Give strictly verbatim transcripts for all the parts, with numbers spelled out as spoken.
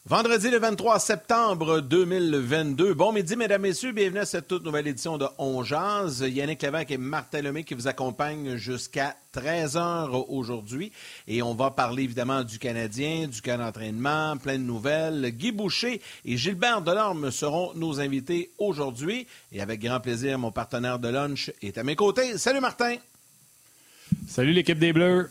Vendredi le vingt-trois septembre deux mille vingt-deux. Bon midi, mesdames, messieurs. Bienvenue à cette toute nouvelle édition de On Jase. Yannick Lévesque et Martin Lemay qui vous accompagnent jusqu'à treize heures aujourd'hui. Et on va parler évidemment du Canadien, du camp d'entraînement, plein de nouvelles. Guy Boucher et Gilbert Delorme seront nos invités aujourd'hui. Et avec grand plaisir, mon partenaire de lunch est à mes côtés. Salut Martin! Salut l'équipe des Bleus!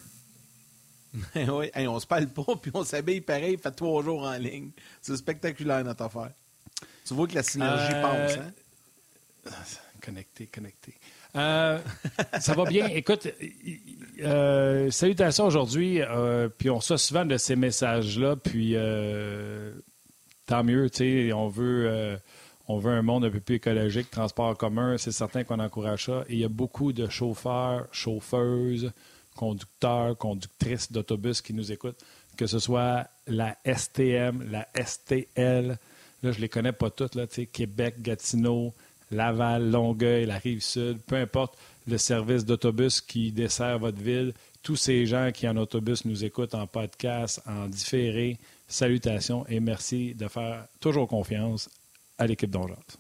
Oui, hey, on se parle pas, puis on s'habille pareil, fait trois jours en ligne. C'est spectaculaire, notre affaire. Tu vois que la synergie euh... passe, hein? Connecté, connecté. Euh, ça va bien. Écoute, euh, salutations aujourd'hui, euh, puis on reçoit souvent de ces messages-là, puis euh, tant mieux, tu sais, on veut... Euh, On veut un monde un peu plus écologique, transport en commun, c'est certain qu'on encourage ça. Et il y a beaucoup de chauffeurs, chauffeuses, conducteurs, conductrices d'autobus qui nous écoutent, que ce soit la S T M, la S T L, là, je les connais pas toutes, là, tu sais, Québec, Gatineau, Laval, Longueuil, la Rive-Sud, peu importe le service d'autobus qui dessert votre ville, tous ces gens qui en autobus nous écoutent en podcast, en différé, salutations et merci de faire toujours confiance à l'équipe d'On Jase.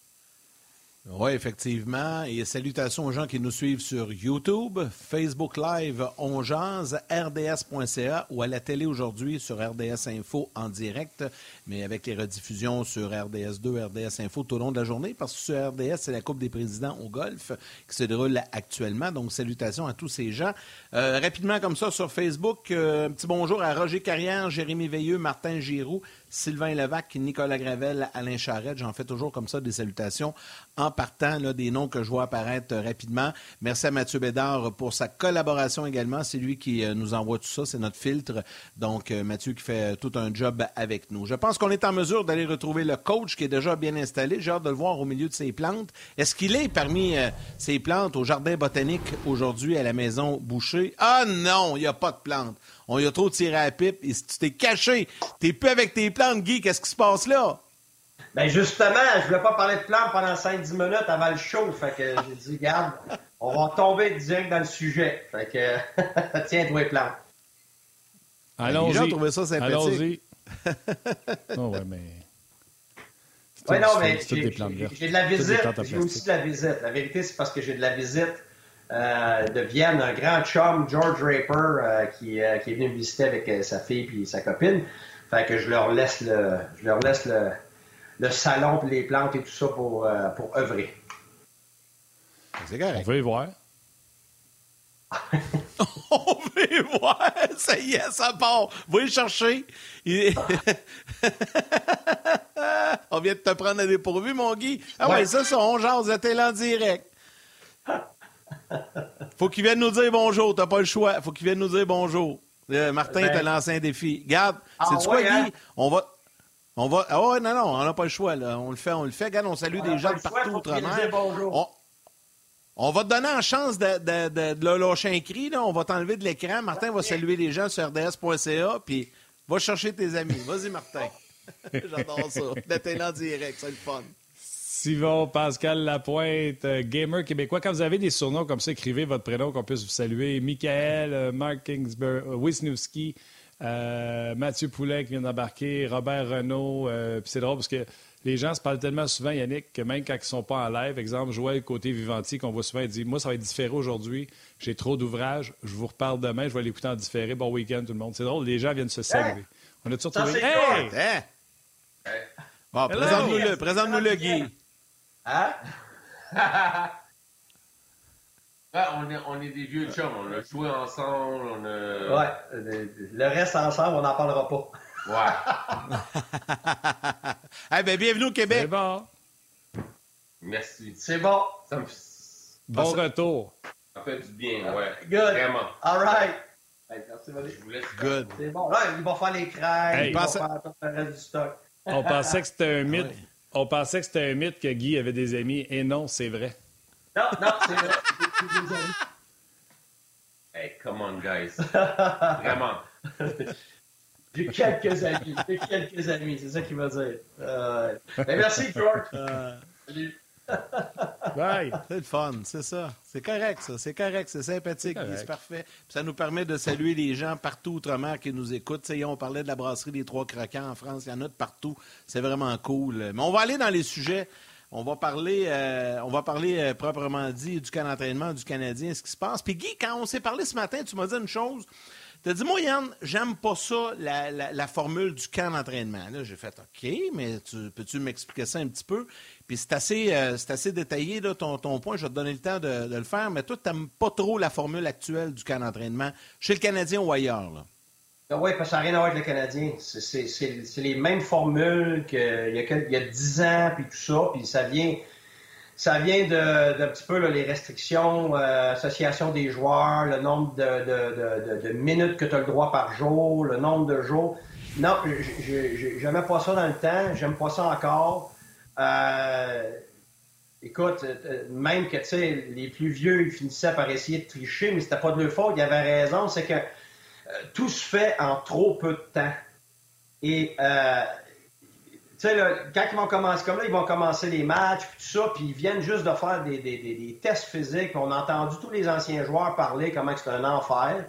Oui, effectivement. Et salutations aux gens qui nous suivent sur YouTube, Facebook Live, On Jase, R D S point C A ou à la télé aujourd'hui sur R D S Info en direct, mais avec les rediffusions sur R D S deux, R D S Info tout au long de la journée, parce que sur R D S, c'est la Coupe des présidents au golf qui se déroule actuellement. Donc, salutations à tous ces gens. Euh, rapidement comme ça, sur Facebook, euh, un petit bonjour à Roger Carrière, Jérémy Veilleux, Martin Giroux, Sylvain Levac, Nicolas Gravel, Alain Charette. J'en fais toujours comme ça des salutations en partant là, des noms que je vois apparaître rapidement. Merci à Mathieu Bédard pour sa collaboration également. C'est lui qui euh, nous envoie tout ça. C'est notre filtre. Donc, euh, Mathieu qui fait tout un job avec nous. Je pense qu'on est en mesure d'aller retrouver le coach qui est déjà bien installé. J'ai hâte de le voir au milieu de ses plantes. Est-ce qu'il est parmi euh, ses plantes au jardin botanique aujourd'hui à la maison Boucher? Ah non, il n'y a pas de plantes. On y a trop tiré à la pipe. Et si tu t'es caché, t'es plus avec tes plantes, Guy. Qu'est-ce qui se passe là? Ben justement, je voulais pas parler de plantes pendant cinq dix minutes avant le show. Fait que j'ai dit, regarde, on va tomber direct dans le sujet. Fait que, tiens, toi, les plantes. Allons-y. Les gens trouvaient ça sympathique. Allons-y. Oh, ouais, mais... Oui, non, mais j'ai, j'ai, j'ai de la visite. J'ai aussi de la visite. La vérité, c'est parce que j'ai de la visite euh, de Vienne, un grand chum, George Raper, euh, qui, euh, qui est venu me visiter avec euh, sa fille et sa copine. Fait que je leur laisse le, je leur laisse le, le salon et les plantes et tout ça pour, euh, pour œuvrer. C'est correct. On veut y voir. On veut y voir. Ça y est, ça part. Va y chercher. Il... On vient de te prendre à dépourvu, mon Guy. Ah ouais, ouais ça, ça, on jase à télé en direct. Faut qu'il vienne nous dire bonjour. T'as pas le choix. Faut qu'il vienne nous dire bonjour. Euh, Martin ben... t'a lancé un défi. Garde, ah, c'est ouais, quoi, hein? Guy? On va... On va... Ah ouais, non, non, on n'a pas le choix, là. On le fait, on le fait. Regarde, on salue on des gens de partout outre-mer. On... on va te donner en chance de, de, de, de le lâcher un cri, là. On va t'enlever de l'écran. Martin va saluer les gens sur R D S point C A, puis va chercher tes amis. Vas-y, Martin. J'adore ça. De télé en direct, c'est le fun. Simon, Pascal Lapointe, euh, gamer québécois. Quand vous avez des surnoms comme ça, écrivez votre prénom qu'on puisse vous saluer. Michael, euh, Mark Kingsbury, euh, Wisniewski, euh, Mathieu Poulet qui vient d'embarquer, Robert Renaud. Euh, puis c'est drôle parce que les gens se parlent tellement souvent, Yannick, que même quand ils ne sont pas en live, exemple, Joël Côté Vivanti, qu'on voit souvent, il dit « Moi, ça va être différé aujourd'hui. J'ai trop d'ouvrages. Je vous reparle demain. Je vais l'écouter en différé. Bon week-end, tout le monde. » C'est drôle, les gens viennent se saluer. Hey! On a toujours trouvé... Hey! Hey! Hey! Bon, présente-nous-le. Présente-nous-le, Guy. Hein? Ouais, on, est, on est des vieux chums, on a joué ensemble, on a... Ouais, le reste ensemble, on n'en parlera pas. Ouais. Eh hey, bien, bienvenue au Québec. C'est bon. Merci. C'est bon. Ça me... Bon ça... retour. Ça fait du bien, ouais. Good. Vraiment. All right. Hey, merci, Valérie. Je vous laisse. Good. C'est bon. Là, il va faire les crêpes, hey, il pense... va faire tout le reste du stock. On pensait que c'était un mythe. Ouais. On pensait que c'était un mythe que Guy avait des amis. Et non, c'est vrai. Non, non, c'est vrai. J'ai des amis. Hey, come on, guys. Vraiment. J'ai quelques amis. J'ai quelques amis. C'est ça qu'il va dire. Euh... Ben, merci, George. Euh... Salut. Ouais, c'est le fun, c'est ça. C'est correct, ça. C'est correct, c'est sympathique, c'est, c'est parfait. Puis ça nous permet de saluer les gens partout outre-mer qui nous écoutent. T'sais, on parlait de la brasserie des Trois Croquants en France. Il y en a de partout. C'est vraiment cool. Mais on va aller dans les sujets. On va parler, euh, on va parler euh, proprement dit du camp d'entraînement du Canadien, ce qui se passe. Puis Guy, quand on s'est parlé ce matin, tu m'as dit une chose. Tu as dit, moi, Yann, j'aime pas ça, la, la, la formule du camp d'entraînement. Là, j'ai fait, OK, mais tu, peux-tu m'expliquer ça un petit peu? Puis c'est assez, euh, c'est assez détaillé, là, ton, ton point. Je vais te donner le temps de, de le faire. Mais toi, tu n'aimes pas trop la formule actuelle du camp d'entraînement chez le Canadien ou ailleurs, là? Oui, parce que ça n'a rien à voir avec le Canadien. C'est, c'est, c'est, c'est les mêmes formules qu'il y a, il y a dix ans, puis tout ça. Puis ça vient, ça vient de, d'un petit peu là, les restrictions, euh, association des joueurs, le nombre de, de, de, de, de minutes que tu as le droit par jour, le nombre de jours. Non, je n'aimais pas ça dans le temps. J'aime pas ça encore. Euh, écoute, même que, tu sais, les plus vieux, ils finissaient par essayer de tricher, mais c'était pas de leur faute. Ils avaient raison. C'est que tout se fait en trop peu de temps. Et, euh, tu sais, quand ils vont commencer comme là, ils vont commencer les matchs, puis tout ça, puis ils viennent juste de faire des, des, des, des tests physiques. On a entendu tous les anciens joueurs parler comment c'est un enfer.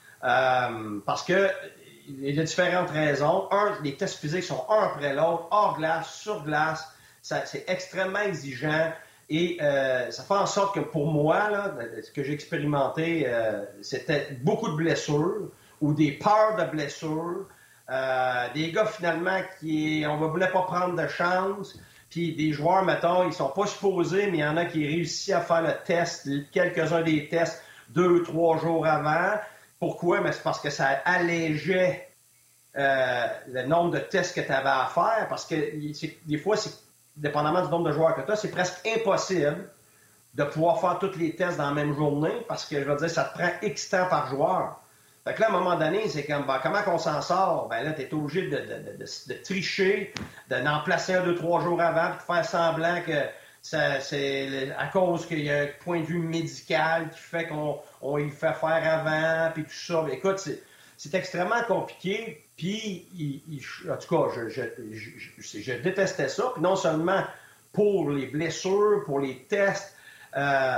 Euh, parce que il y a différentes raisons. Un, les tests physiques sont un après l'autre, hors glace, sur glace. Ça, c'est extrêmement exigeant. Et euh, ça fait en sorte que pour moi, là, ce que j'ai expérimenté, euh, c'était beaucoup de blessures ou des peurs de blessures. Euh, des gars, finalement, qui on ne voulait pas prendre de chance. Puis des joueurs, mettons, ils sont pas supposés, mais il y en a qui réussissent à faire le test, quelques-uns des tests, deux, trois jours avant. Pourquoi? Mais c'est parce que ça allégeait euh, le nombre de tests que tu avais à faire. Parce que des fois, c'est, dépendamment du nombre de joueurs que tu as, c'est presque impossible de pouvoir faire tous les tests dans la même journée parce que, je veux dire, ça te prend X temps par joueur. Fait que là, à un moment donné, c'est comme, ben, comment qu'on s'en sort? Ben là, tu es obligé de, de, de, de, de tricher, d'en placer un, deux, trois jours avant, puis de faire semblant que ça, c'est à cause qu'il y a un point de vue médical qui fait qu'on on y fait faire avant, puis tout ça. Écoute, c'est, c'est extrêmement compliqué, puis, il, il, en tout cas, je, je, je, je, je détestais ça. Puis non seulement pour les blessures, pour les tests, euh,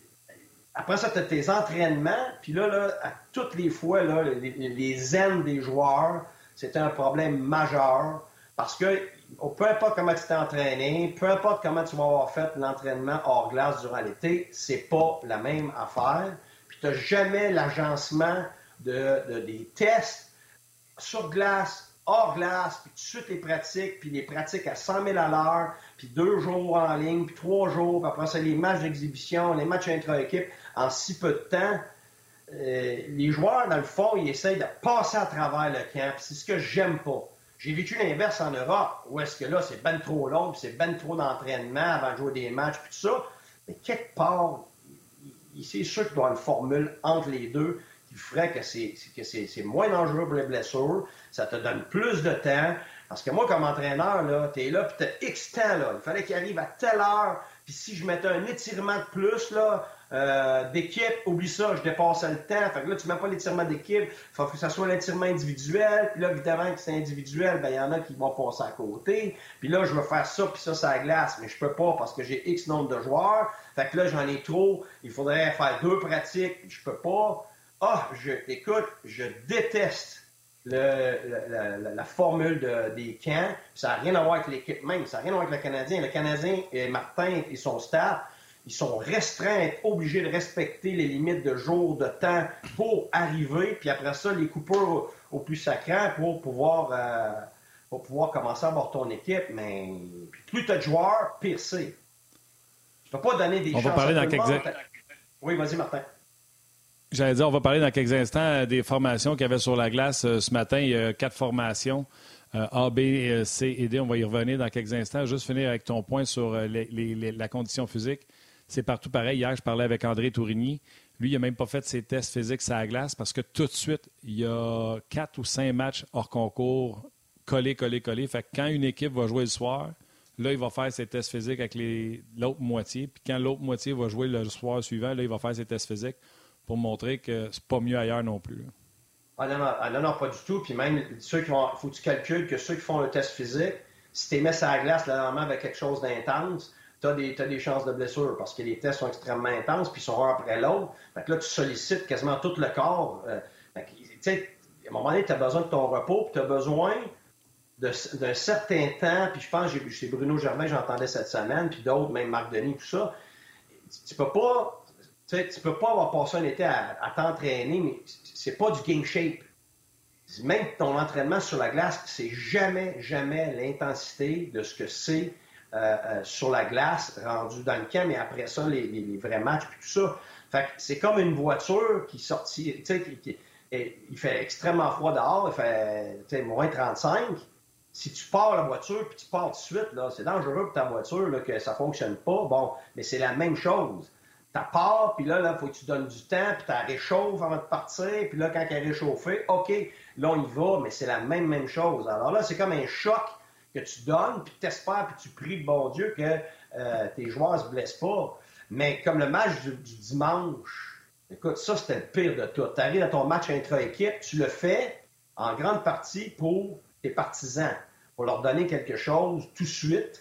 après ça, tu as tes entraînements, puis là, là, à toutes les fois, là, les, les ailes des joueurs, c'était un problème majeur, parce que peu importe comment tu t'es entraîné, peu importe comment tu vas avoir fait l'entraînement hors glace durant l'été, c'est pas la même affaire. Puis tu n'as jamais l'agencement de, de, des tests sur glace, hors glace, puis tout de suite les pratiques, puis les pratiques à cent mille à l'heure, puis deux jours en ligne, puis trois jours, puis après ça, les matchs d'exhibition, les matchs intra-équipe, en si peu de temps. Euh, les joueurs, dans le fond, ils essayent de passer à travers le camp, puis c'est ce que j'aime pas. J'ai vécu l'inverse en Europe, où est-ce que là, c'est ben trop long, puis c'est ben trop d'entraînement avant de jouer des matchs, puis tout ça. Mais quelque part, il, c'est sûr qu'il doit y avoir une formule entre les deux qui ferait que c'est, que c'est, c'est moins dangereux pour les blessures, ça te donne plus de temps. Parce que moi, comme entraîneur, là, t'es là, puis t'as X temps, là. Il fallait qu'il arrive à telle heure, puis si je mettais un étirement de plus, là, euh, d'équipe, oublie ça, je dépassais le temps. Fait que là, tu mets pas l'étirement d'équipe, il faut que ça soit l'étirement individuel, puis là, évidemment, que c'est individuel, ben il y en a qui vont passer à côté. Puis là, je veux faire ça, puis ça, ça à glace, mais je peux pas parce que j'ai X nombre de joueurs. Fait que là, j'en ai trop, il faudrait faire deux pratiques, puis je peux pas. Ah, je, écoute, je déteste Le, la, la, la formule de, des camps. Ça n'a rien à voir avec l'équipe même. Ça n'a rien à voir avec le Canadien. Le Canadien et Martin et son staff, ils sont restreints, être obligés de respecter les limites de jours, de temps pour arriver. Puis après ça, les coupures au, au plus sacrant pour pouvoir, euh, pour pouvoir commencer à avoir ton équipe. Mais plus tu as de joueurs, pire c'est. Tu ne peux pas donner des On chances va parler à dans tout le quelques... monde. Oui, vas-y, Martin. J'allais dire, on va parler dans quelques instants des formations qu'il y avait sur la glace euh, ce matin. Il y a quatre formations, euh, A, B, C et D. On va y revenir dans quelques instants. Juste finir avec ton point sur euh, les, les, la condition physique. C'est partout pareil. Hier, je parlais avec André Tourigny. Lui, il n'a même pas fait ses tests physiques sur la glace parce que tout de suite, il y a quatre ou cinq matchs hors concours collés, collés, collés. Fait que quand une équipe va jouer le soir, là, il va faire ses tests physiques avec les, l'autre moitié. Puis quand l'autre moitié va jouer le soir suivant, là, il va faire ses tests physiques pour montrer que c'est pas mieux ailleurs non plus. Ah non, non, ah non, non, pas du tout. Puis même, ceux qui vont, faut que tu calcules que ceux qui font le test physique, si tu les mets sur la glace, là, normalement, avec quelque chose d'intense, tu as des, t'as des chances de blessure parce que les tests sont extrêmement intenses puis ils sont un après l'autre. Fait que là, tu sollicites quasiment tout le corps. Euh, fait que, tu sais, à un moment donné, tu as besoin de ton repos puis tu as besoin de, d'un certain temps. Puis je pense, j'ai, chez Bruno Germain, j'entendais cette semaine, puis d'autres, même Marc Denis, tout ça. Tu, tu peux pas... Tu sais, tu peux pas avoir passé un été à, à t'entraîner, mais c'est pas du game shape. Même ton entraînement sur la glace, c'est jamais, jamais l'intensité de ce que c'est euh, euh, sur la glace rendu dans le camp, mais après ça, les, les, les vrais matchs puis tout ça. Fait que c'est comme une voiture qui sortit, tu sais, qui, qui, il fait extrêmement froid dehors, il fait, tu sais, moins trente-cinq. Si tu pars la voiture puis tu pars tout de suite, là, c'est dangereux pour ta voiture là, que ça fonctionne pas. Bon, mais c'est la même chose. Tu pars, puis là, il faut que tu donnes du temps, puis tu la réchauffes avant de partir, puis là, quand elle est réchauffée, OK, là, on y va, mais c'est la même, même chose. Alors là, c'est comme un choc que tu donnes, puis tu espères, puis tu pries de bon Dieu que euh, tes joueurs ne se blessent pas. Mais comme le match du, du dimanche, écoute, ça, c'était le pire de tout. Tu arrives à ton match intra-équipe, tu le fais en grande partie pour tes partisans, pour leur donner quelque chose tout de suite.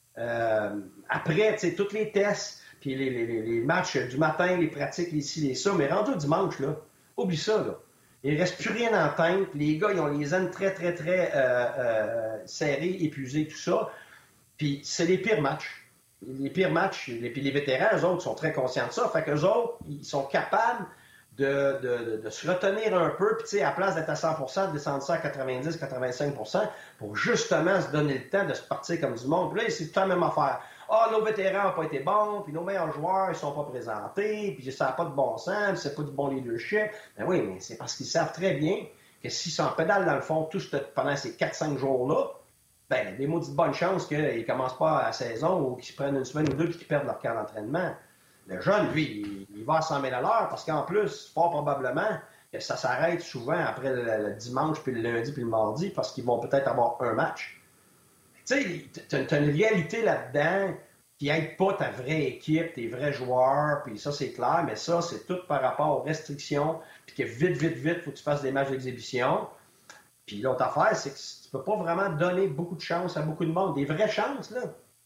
Euh, après, tu sais, tous les tests, puis les, les, les matchs du matin, les pratiques, les ci, les ça, mais rendu au dimanche, là, oublie ça, là. Il ne reste plus rien en tête. Les gars, ils ont les aines très, très, très euh, euh, serrées, épuisées, tout ça. Puis c'est les pires matchs. Les pires matchs, les, puis les vétérans, eux autres, sont très conscients de ça. Fait qu'eux autres, ils sont capables de, de, de, de se retenir un peu, puis tu sais, à la place d'être à cent pour cent, de descendre ça à quatre-vingt-dix, quatre-vingt-cinq pour cent pour justement se donner le temps de se partir comme du monde. Puis là, c'est tout le temps la même affaire. Ah, nos vétérans n'ont pas été bons, puis nos meilleurs joueurs, ils sont pas présentés, puis ça n'a pas de bon sens, puis c'est pas du bon leadership. Ben oui, mais c'est parce qu'ils savent très bien que s'ils sont en pédale dans le fond tout ce, pendant ces quatre cinq jours-là, ben, des maudites bonnes chances qu'ils ne commencent pas à la saison ou qu'ils se prennent une semaine ou deux et qu'ils perdent leur camp d'entraînement. Le jeune, lui, il, il va à cent mille à l'heure parce qu'en plus, fort probablement, que ça s'arrête souvent après le, le dimanche, puis le lundi, puis le mardi, parce qu'ils vont peut-être avoir un match. Tu sais, tu as une réalité là-dedans qui n'aide pas ta vraie équipe, tes vrais joueurs, puis ça, c'est clair, mais ça, c'est tout par rapport aux restrictions, puis que vite, vite, vite, il faut que tu fasses des matchs d'exhibition. Puis l'autre affaire, c'est que tu peux pas vraiment donner beaucoup de chances à beaucoup de monde. Des vraies chances, là,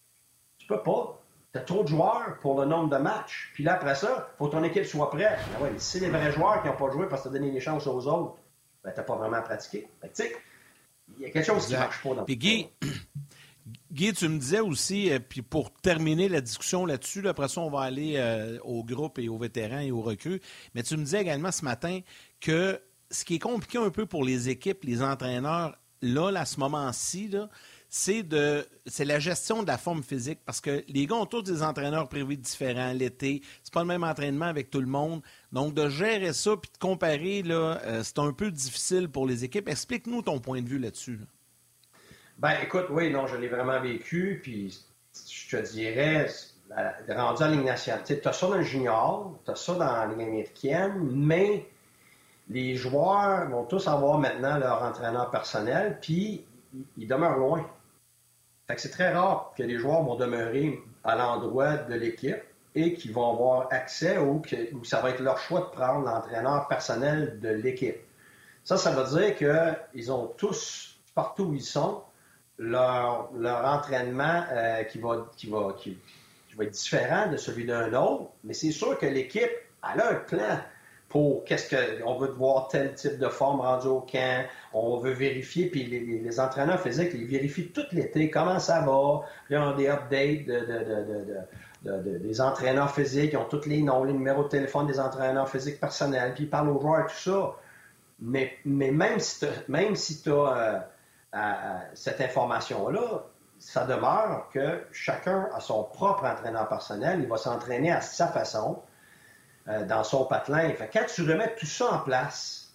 tu peux pas. Tu as trop de joueurs pour le nombre de matchs. Puis là, après ça, il faut que ton équipe soit prête. Ben ouais, mais si c'est les vrais joueurs qui n'ont pas joué parce que tu as donné des chances aux autres, ben tu n'as pas vraiment pratiqué. Tu sais, il y a quelque chose exact. Qui ne marche pas dans puis Guy, Guy, tu me disais aussi, euh, puis pour terminer la discussion là-dessus, là, après ça, on va aller euh, au groupe et aux vétérans et aux recrues, mais tu me disais également ce matin que ce qui est compliqué un peu pour les équipes, les entraîneurs, là, là à ce moment-ci, là, c'est, de, c'est la gestion de la forme physique, parce que les gars ont tous des entraîneurs privés différents l'été, c'est pas le même entraînement avec tout le monde, donc de gérer ça puis de comparer, là, euh, c'est un peu difficile pour les équipes. Explique-nous ton point de vue là-dessus. Là. Ben, écoute, oui, non, je l'ai vraiment vécu, puis je te dirais, rendu à la Ligue nationale, tu as ça dans le junior, tu as ça dans la Ligue américaine, mais les joueurs vont tous avoir maintenant leur entraîneur personnel, puis ils demeurent loin. Fait que c'est très rare que les joueurs vont demeurer à l'endroit de l'équipe et qu'ils vont avoir accès ou que ou ça va être leur choix de prendre l'entraîneur personnel de l'équipe. Ça, ça veut dire qu'ils ont tous, partout où ils sont, leur, leur entraînement euh, qui, va, qui, va, qui, qui va être différent de celui d'un autre, mais c'est sûr que l'équipe, elle a un plan pour qu'est-ce que on veut voir tel type de forme rendu au camp, on veut vérifier, puis les, les, les entraîneurs physiques, ils vérifient tout l'été comment ça va, puis ils ont des updates de, de, de, de, de, de, des entraîneurs physiques, ils ont tous les noms, les numéros de téléphone des entraîneurs physiques personnels, puis ils parlent aux joueurs et tout ça. Mais, mais même si tu as, même si tu as euh, euh, cette information-là, ça demeure que chacun a son propre entraîneur personnel, il va s'entraîner à sa façon, euh, dans son patelin. Fait que quand tu remets tout ça en place,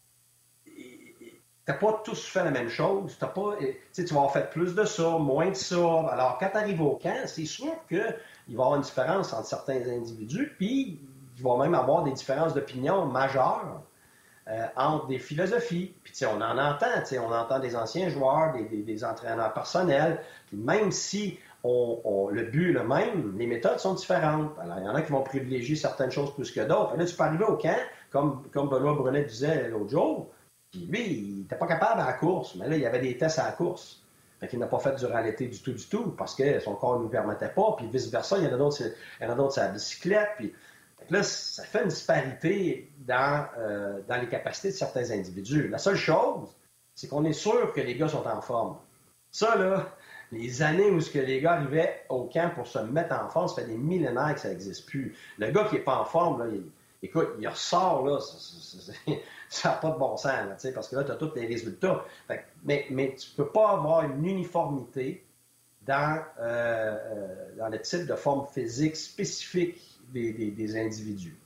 t'as pas tous fait la même chose, t'as pas, tu vas avoir fait plus de ça, moins de ça. Alors quand tu arrives au camp, c'est sûr qu'il va y avoir une différence entre certains individus, puis il va même avoir des différences d'opinion majeures. Euh, entre des philosophies. Puis, tu sais, on en entend, tu sais, on entend des anciens joueurs, des, des, des entraîneurs personnels. Puis, même si on, on, le but est le même, les méthodes sont différentes. Alors, il y en a qui vont privilégier certaines choses plus que d'autres. Là, tu peux arriver au camp, comme, comme Benoît Brunet disait l'autre jour, puis lui, il n'était pas capable à la course, mais là, il y avait des tests à la course. Fait qu'il n'a pas fait durant l'été du tout, du tout, parce que son corps ne lui permettait pas, puis vice-versa, il y en a d'autres, il y en a d'autres sur la bicyclette, puis là, ça fait une disparité dans, euh, dans les capacités de certains individus. La seule chose, c'est qu'on est sûr que les gars sont en forme. Ça, là, les années où ce que les gars arrivaient au camp pour se mettre en forme, ça fait des millénaires que ça n'existe plus. Le gars qui n'est pas en forme, là, il, écoute, il ressort, là, ça n'a pas de bon sens, là, parce que là, tu as tous les résultats. Fait, mais, mais tu ne peux pas avoir une uniformité dans, euh, euh, dans le type de forme physique spécifique des, des, des individus.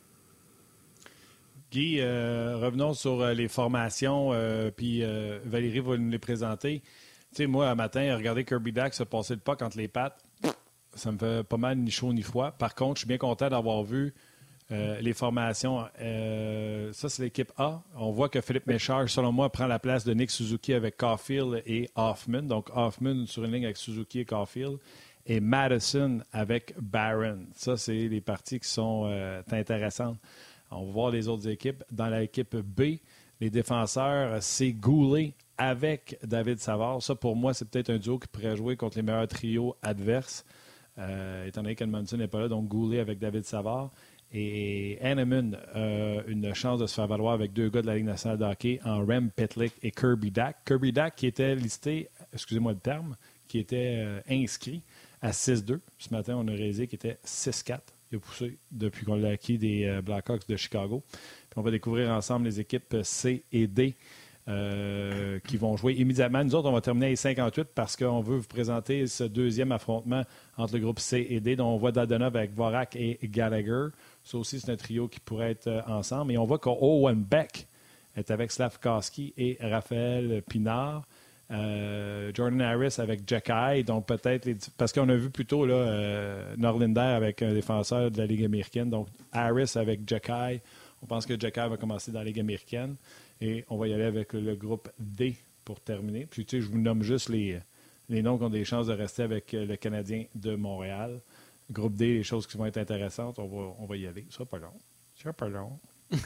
Guy, euh, revenons sur euh, les formations, euh, puis euh, Valérie va nous les présenter. Tu sais, moi, un matin, regarder Kirby Dack se passer le puck entre les pattes, ça me fait pas mal ni chaud ni froid. Par contre, je suis bien content d'avoir vu euh, les formations. Euh, ça, c'est l'équipe A. On voit que Philippe Méchard, selon moi, prend la place de Nick Suzuki avec Caulfield et Hoffman. Donc, Hoffman sur une ligne avec Suzuki et Caulfield. Et Madison avec Barron. Ça, c'est les parties qui sont euh, intéressantes. On va voir les autres équipes. Dans l'équipe B, les défenseurs, c'est Goulet avec David Savard. Ça, pour moi, c'est peut-être un duo qui pourrait jouer contre les meilleurs trios adverses, euh, étant donné qu'Edmondson n'est pas là. Donc, Goulet avec David Savard. Et Hanneman a euh, une chance de se faire valoir avec deux gars de la Ligue nationale de hockey en Rem Pitlick et Kirby Dack. Kirby Dack qui était listé, excusez-moi le terme, qui était euh, inscrit à six deux. Ce matin, on a réalisé qu'il était six quatre. Il a poussé depuis qu'on l'a acquis des euh, Blackhawks de Chicago. Puis on va découvrir ensemble les équipes C et D euh, qui vont jouer immédiatement. Nous autres, on va terminer à cinquante-huit parce qu'on veut vous présenter ce deuxième affrontement entre le groupe C et D, dont on voit Dadonov avec Vorak et Gallagher. Ça aussi, c'est un trio qui pourrait être euh, ensemble. Et on voit qu'Owen Beck est avec Slavkowski et Raphaël Pinard. Euh, Jordan Harris avec Jacky, donc peut-être les... parce qu'on a vu plutôt là, euh, Norlinder avec un défenseur de la Ligue américaine, donc Harris avec Jacky. On pense que Jacky va commencer dans la Ligue américaine et on va y aller avec le groupe D pour terminer. Puis tu sais, je vous nomme juste les, les noms qui ont des chances de rester avec le Canadien de Montréal. Groupe D, les choses qui vont être intéressantes, on va, on va y aller. Ça pas long. Ça pas long.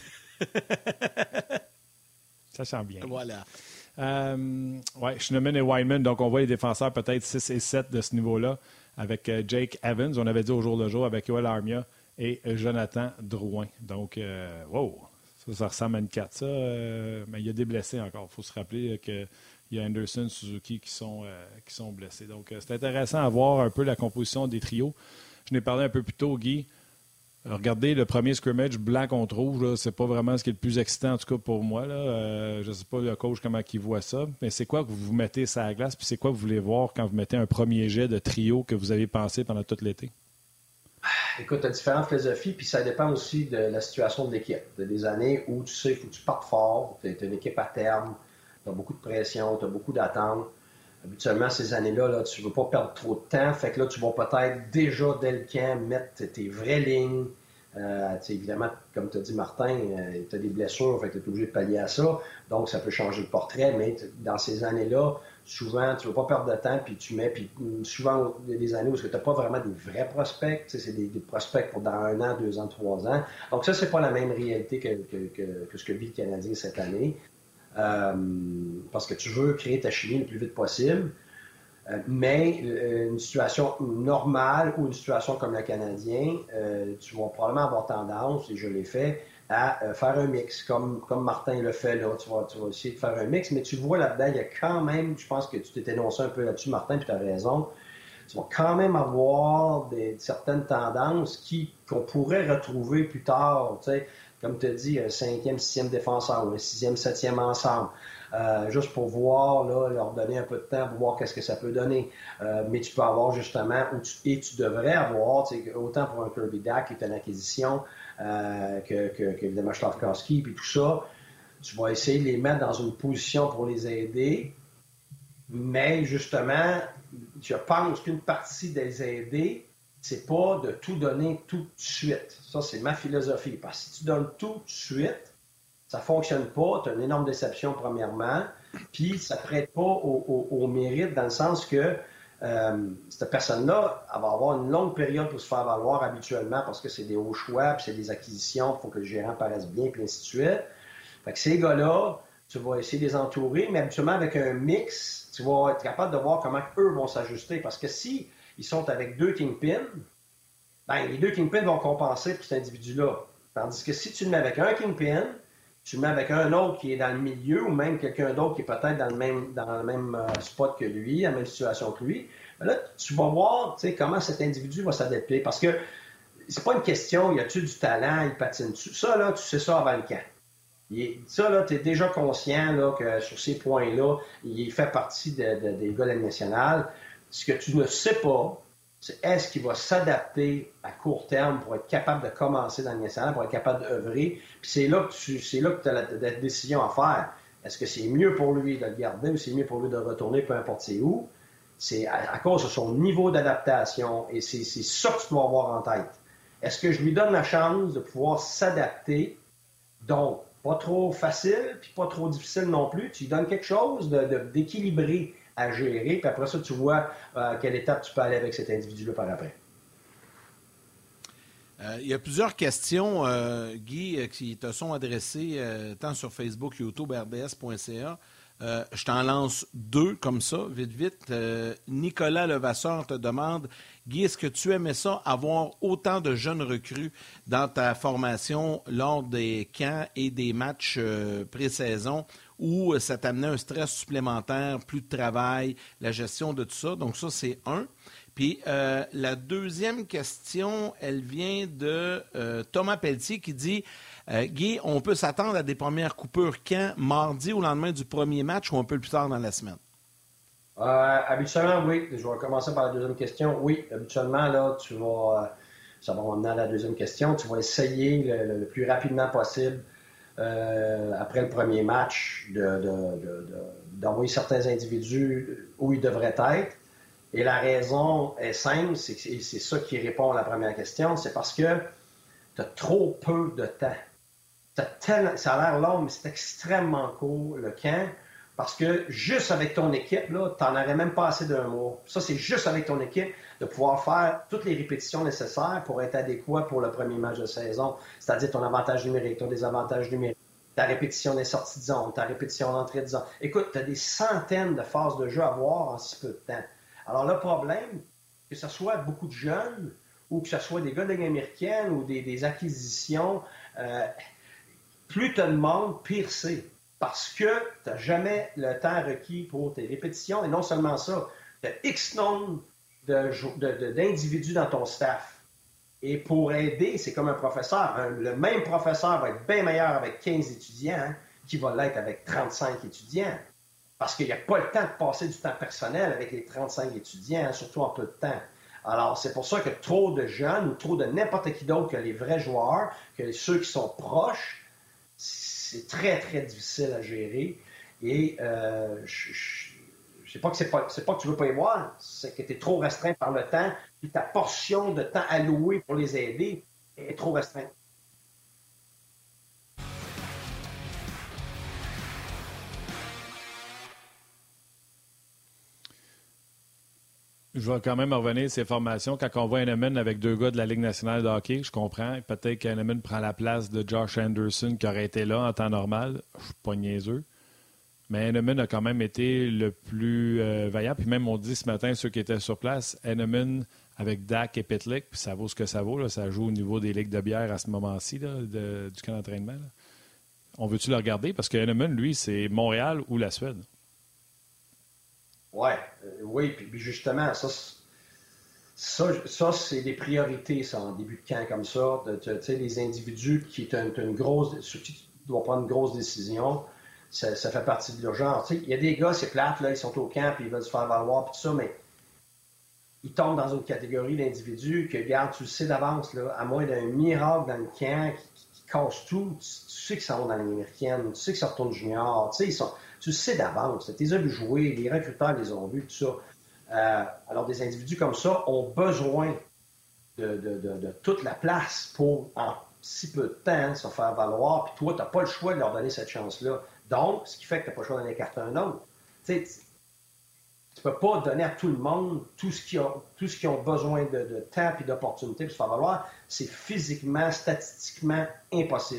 Ça sent bien. Voilà. Euh, oui, Schneemann et Wideman, donc on voit les défenseurs peut-être six et sept de ce niveau-là avec euh, Jake Evans, on avait dit au jour le jour, avec Yoel Armia et euh, Jonathan Drouin. Donc, euh, wow, ça, ça ressemble à une carte. Ça, euh, mais il y a des blessés encore. Il faut se rappeler euh, qu'il y a Anderson, Suzuki qui sont, euh, qui sont blessés. Donc, euh, c'est intéressant à voir un peu la composition des trios. Je n'ai parlé un peu plus tôt, Guy. Regardez le premier scrimmage blanc contre rouge, là, c'est pas vraiment ce qui est le plus excitant, en tout cas pour moi. Là. Euh, je ne sais pas le coach comment il voit ça, mais c'est quoi que vous vous mettez sur la glace, puis c'est quoi que vous voulez voir quand vous mettez un premier jet de trio que vous avez pensé pendant tout l'été? Écoute, tu as différentes philosophies, puis ça dépend aussi de la situation de l'équipe. Tu as des années où tu sais, il faut que tu partes fort, tu as une équipe à terme, tu as beaucoup de pression, tu as beaucoup d'attentes. Habituellement, ces années-là, là, tu ne veux pas perdre trop de temps. Fait que là, tu vas peut-être déjà, dès le camp, mettre tes vraies lignes. Euh, évidemment, comme tu as dit, Martin, euh, tu as des blessures, fait que tu es obligé de pallier à ça. Donc, ça peut changer le portrait. Mais dans ces années-là, souvent, tu ne veux pas perdre de temps, puis tu mets. Puis souvent, il y a des années où tu n'as pas vraiment des vrais prospects. C'est des, des prospects pour dans un an, deux ans, trois ans. Donc, ça, c'est pas la même réalité que, que, que, que ce que vit le Canadien cette année. Euh, parce que tu veux créer ta chimie le plus vite possible. Euh, mais euh, une situation normale ou une situation comme le Canadien, euh, tu vas probablement avoir tendance, et je l'ai fait, à euh, faire un mix, comme, comme Martin le fait là. Tu vas, tu vas essayer de faire un mix, mais tu vois là-dedans, il y a quand même, je pense que tu t'es énoncé un peu là-dessus, Martin, puis tu as raison, tu vas quand même avoir des, certaines tendances qui, qu'on pourrait retrouver plus tard, tu sais. Comme tu as dit, un cinquième, sixième défenseur ou un sixième, septième ensemble, euh, juste pour voir, là, leur donner un peu de temps pour voir qu'est-ce que ça peut donner. Euh, mais tu peux avoir justement, ou tu, et tu devrais avoir, autant pour un Kirby Dack qui est une acquisition, euh, que, que, qu'évidemment Slavkowski, puis tout ça, tu vas essayer de les mettre dans une position pour les aider. Mais justement, je pense qu'une partie de les aider, c'est pas de tout donner tout de suite. Ça, c'est ma philosophie. Parce que si tu donnes tout de suite, ça fonctionne pas. Tu as une énorme déception, premièrement. Puis, ça ne prête pas au, au, au mérite dans le sens que euh, cette personne-là, elle va avoir une longue période pour se faire valoir habituellement parce que c'est des hauts choix, puis c'est des acquisitions, il faut que le gérant paraisse bien, puis ainsi de suite. Fait que ces gars-là, tu vas essayer de les entourer, mais habituellement avec un mix, tu vas être capable de voir comment eux vont s'ajuster. Parce que si ils sont avec deux kingpins, ben, les deux kingpins vont compenser pour cet individu-là. Tandis que si tu le mets avec un kingpin, tu le mets avec un autre qui est dans le milieu ou même quelqu'un d'autre qui est peut-être dans le même, dans le même euh, spot que lui, dans la même situation que lui, ben là, tu vas voir comment cet individu va s'adapter. Parce que c'est pas une question, y a-tu du talent, il patine-tu? Ça, là, tu sais ça avant le camp. Il, ça, là, tu es déjà conscient là, que sur ces points-là, il fait partie de, de, des gars de la nationale. Ce que tu ne sais pas, c'est est-ce qu'il va s'adapter à court terme pour être capable de commencer dans le national, pour être capable d'œuvrer. Puis c'est là que tu c'est là que tu as la, la décision à faire. Est-ce que c'est mieux pour lui de le garder ou c'est mieux pour lui de retourner, peu importe c'est où? C'est à, à cause de son niveau d'adaptation et c'est, c'est ça que tu dois avoir en tête. Est-ce que je lui donne la chance de pouvoir s'adapter? Donc, pas trop facile, puis pas trop difficile non plus. Tu lui donnes quelque chose de, de, d'équilibré à gérer, puis après ça, tu vois euh, à quelle étape tu peux aller avec cet individu-là par après. Euh, il y a plusieurs questions, euh, Guy, qui te sont adressées euh, tant sur Facebook, YouTube, R D S point C A. Euh, je t'en lance deux comme ça, vite, vite. Euh, Nicolas Levasseur te demande, Guy, est-ce que tu aimais ça, avoir autant de jeunes recrues dans ta formation lors des camps et des matchs euh, pré-saison où ça t'amenait un stress supplémentaire, plus de travail, la gestion de tout ça? Donc ça, c'est un. Puis euh, la deuxième question, elle vient de euh, Thomas Pelletier qui dit euh, « Guy, on peut s'attendre à des premières coupures quand? Mardi au lendemain du premier match ou un peu plus tard dans la semaine? » euh, Habituellement, oui. Je vais commencer par la deuxième question. Oui, habituellement, là, tu vas... Ça va m'emmener à la deuxième question. Tu vas essayer le, le, le plus rapidement possible euh, après le premier match de, de, de, de, d'envoyer certains individus où ils devraient être. Et la raison est simple, c'est, que c'est ça qui répond à la première question, c'est parce que tu as trop peu de temps. T'as tel... Ça a l'air long, mais c'est extrêmement court, le camp, parce que juste avec ton équipe, tu n'en aurais même pas assez d'un mois. Ça, c'est juste avec ton équipe de pouvoir faire toutes les répétitions nécessaires pour être adéquat pour le premier match de saison, c'est-à-dire ton avantage numérique, ton désavantage numérique, ta répétition des sorties de zone, ta répétition d'entrée de zone. Écoute, tu as des centaines de phases de jeu à voir en si peu de temps. Alors, le problème, que ce soit beaucoup de jeunes ou que ce soit des gars de Ligue américaine ou des, des acquisitions, euh, plus tu demandes, pire c'est. Parce que tu n'as jamais le temps requis pour tes répétitions. Et non seulement ça, tu as X nombre de, de, de, d'individus dans ton staff. Et pour aider, c'est comme un professeur. Hein, le même professeur va être bien meilleur avec quinze étudiants hein, qu'il va l'être avec trente-cinq étudiants. Parce qu'il n'y a pas le temps de passer du temps personnel avec les trente-cinq étudiants, surtout en peu de temps. Alors, c'est pour ça que trop de jeunes ou trop de n'importe qui d'autre que les vrais joueurs, que ceux qui sont proches, c'est très, très difficile à gérer. Et euh, je ne sais pas que c'est pas, c'est pas que tu ne veux pas y voir, c'est que tu es trop restreint par le temps, puis ta portion de temps allouée pour les aider est trop restreinte. Je vais quand même revenir à ces formations. Quand on voit Heinemann avec deux gars de la Ligue nationale de hockey, je comprends. Peut-être qu'Heinemann prend la place de Josh Anderson qui aurait été là en temps normal. Je ne suis pas niaiseux. Mais Heinemann a quand même été le plus euh, vaillant. Puis même, on dit ce matin, ceux qui étaient sur place, Heinemann avec Dak et Pitlick, puis ça vaut ce que ça vaut. Là. Ça joue au niveau des ligues de bière à ce moment-ci là, de, du camp d'entraînement. Là. On veut-tu le regarder? Parce que Heinemann, lui, c'est Montréal ou la Suède. Ouais, euh, oui, puis, puis justement, ça, ça, ça, c'est des priorités, ça, en début de camp comme ça. Tu sais, les individus qui ont une, une grosse, sur qui tu dois prendre une grosse décision, ça, ça fait partie de l'urgence. Il y a des gars, c'est plate, là, ils sont au camp, puis ils veulent se faire valoir, puis tout ça, mais ils tombent dans une catégorie d'individus que, regarde, tu le sais d'avance, là, à moins d'un miracle dans le camp qui, qui, qui casse tout, tu, tu sais qu'ils s'en vont dans la Ligue américaine, tu sais qu'ils sont retournent junior, tu sais, ils sont... Tu le sais d'avance, tu les as vu jouer, les recruteurs les ont vus, tout ça. Euh, alors, des individus comme ça ont besoin de, de, de, de toute la place pour, en si peu de temps, se faire valoir. Puis toi, tu n'as pas le choix de leur donner cette chance-là. Donc, ce qui fait que tu n'as pas le choix d'en écarter un autre. Tu sais, tu ne peux pas donner à tout le monde tout ce qu'ils ont, tout ce qu'ils ont besoin de, de temps et d'opportunités pour se faire valoir. C'est physiquement, statistiquement impossible.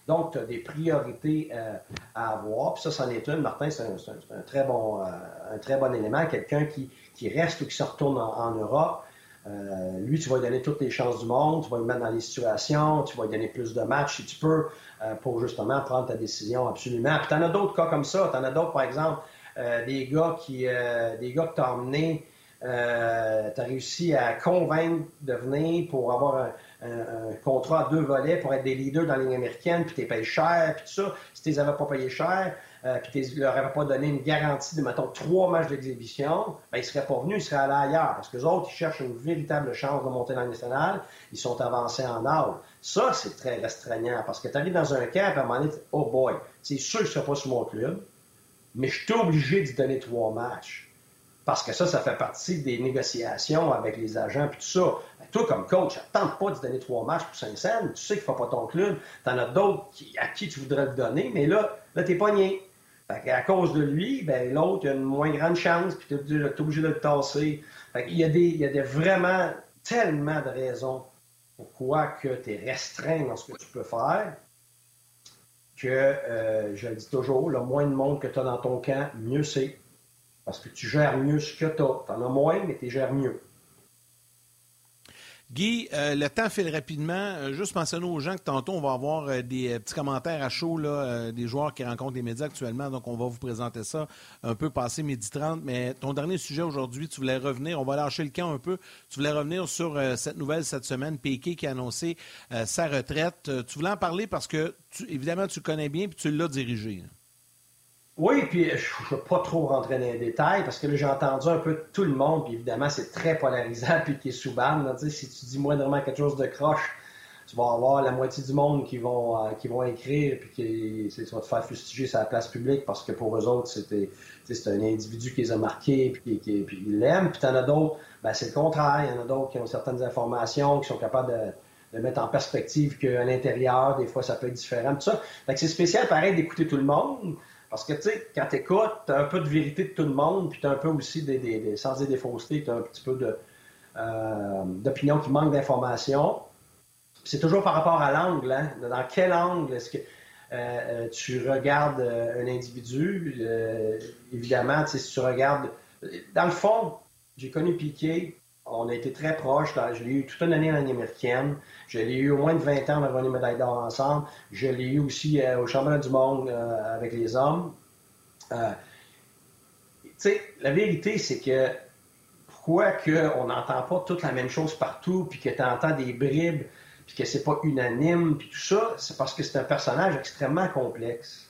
Donc, tu as des priorités euh, à avoir. Puis ça, c'en est une. Martin, c'est un, c'est un, c'est un, très, bon, euh, un très bon élément. Quelqu'un qui, qui reste ou qui se retourne en, en Europe. Euh, lui, tu vas lui donner toutes les chances du monde. Tu vas le mettre dans les situations. Tu vas lui donner plus de matchs si tu peux euh, pour justement prendre ta décision absolument. Puis tu en as d'autres cas comme ça. Tu en as d'autres, par exemple, euh, des gars qui, euh, des gars que tu as emmenés. Euh, tu as réussi à convaincre de venir pour avoir un, un, un contrat à deux volets, pour être des leaders dans la Ligue américaine, puis tu les payes cher, puis tout ça. Si tu les avais pas payés cher, euh, puis tu leur avais pas donné une garantie de, mettons, trois matchs d'exhibition, ben, ils seraient pas venus, ils seraient allés ailleurs. Parce que les autres, ils cherchent une véritable chance de monter dans le national, ils sont avancés en âge. Ça, c'est très restreignant, parce que tu arrives dans un camp, puis à un moment donné, oh boy, c'est sûr que je ne serai pas sur mon club, mais je suis obligé d'y donner trois matchs. Parce que ça, ça fait partie des négociations avec les agents puis tout ça. Ben, toi, comme coach, ça ne tente pas de donner trois matchs pour cinq cents. Tu sais qu'il ne faut pas ton club. Tu en as d'autres qui, à qui tu voudrais le donner, mais là, là tu n'es pas nié. À cause de lui, ben, l'autre, il a une moins grande chance, puis tu es obligé de le tasser. Fait il y a des, il y a des vraiment tellement de raisons pourquoi tu es restreint dans ce que tu peux faire que, euh, je le dis toujours, le moins de monde que tu as dans ton camp, mieux c'est. Parce que tu gères mieux ce que tu as. Tu en as moins, mais tu gères mieux. Guy, euh, le temps file rapidement. Euh, juste mentionner aux gens que tantôt, on va avoir euh, des euh, petits commentaires à chaud là, euh, des joueurs qui rencontrent les médias actuellement. Donc, on va vous présenter ça un peu passé midi trente. Mais ton dernier sujet aujourd'hui, tu voulais revenir, on va lâcher le camp un peu. Tu voulais revenir sur euh, cette nouvelle cette semaine, Piquet qui a annoncé euh, sa retraite. Euh, tu voulais en parler parce que, tu, évidemment, tu le connais bien et tu l'as dirigé. Hein. Oui, puis je ne veux pas trop rentrer dans les détails parce que là, j'ai entendu un peu tout le monde, puis évidemment, c'est très polarisant, puis qui est sous ban. Si tu dis moindrement quelque chose de croche, tu vas avoir la moitié du monde qui vont, euh, qui vont écrire, puis qui tu vas te faire fustiger sur la place publique parce que pour eux autres, c'était, c'est un individu qui les a marqués, puis, qui, puis ils l'aiment. Puis tu en as d'autres, ben, c'est le contraire. Il y en a d'autres qui ont certaines informations, qui sont capables de, de mettre en perspective qu'à l'intérieur, des fois, ça peut être différent. Tout ça. Fait que c'est spécial, pareil, d'écouter tout le monde. Parce que, tu sais, quand tu écoutes, tu as un peu de vérité de tout le monde, puis tu as un peu aussi, des, des, des, sans dire des faussetés, tu as un petit peu de, euh, d'opinion qui manque d'informations. C'est toujours par rapport à l'angle. Hein? Dans quel angle est-ce que euh, tu regardes euh, un individu? Euh, évidemment, tu sais, si tu regardes... Dans le fond, j'ai connu Piquet, on a été très proches. Je l'ai eu toute une année en année américaine. Je l'ai eu au moins de vingt ans, on a gagné une médaille d'or ensemble. Je l'ai eu aussi euh, au championnat du monde euh, avec les hommes. Euh, tu sais, la vérité, c'est que pourquoi qu'on n'entend pas toute la même chose partout, puis que tu entends des bribes, puis que c'est pas unanime, puis tout ça, c'est parce que c'est un personnage extrêmement complexe.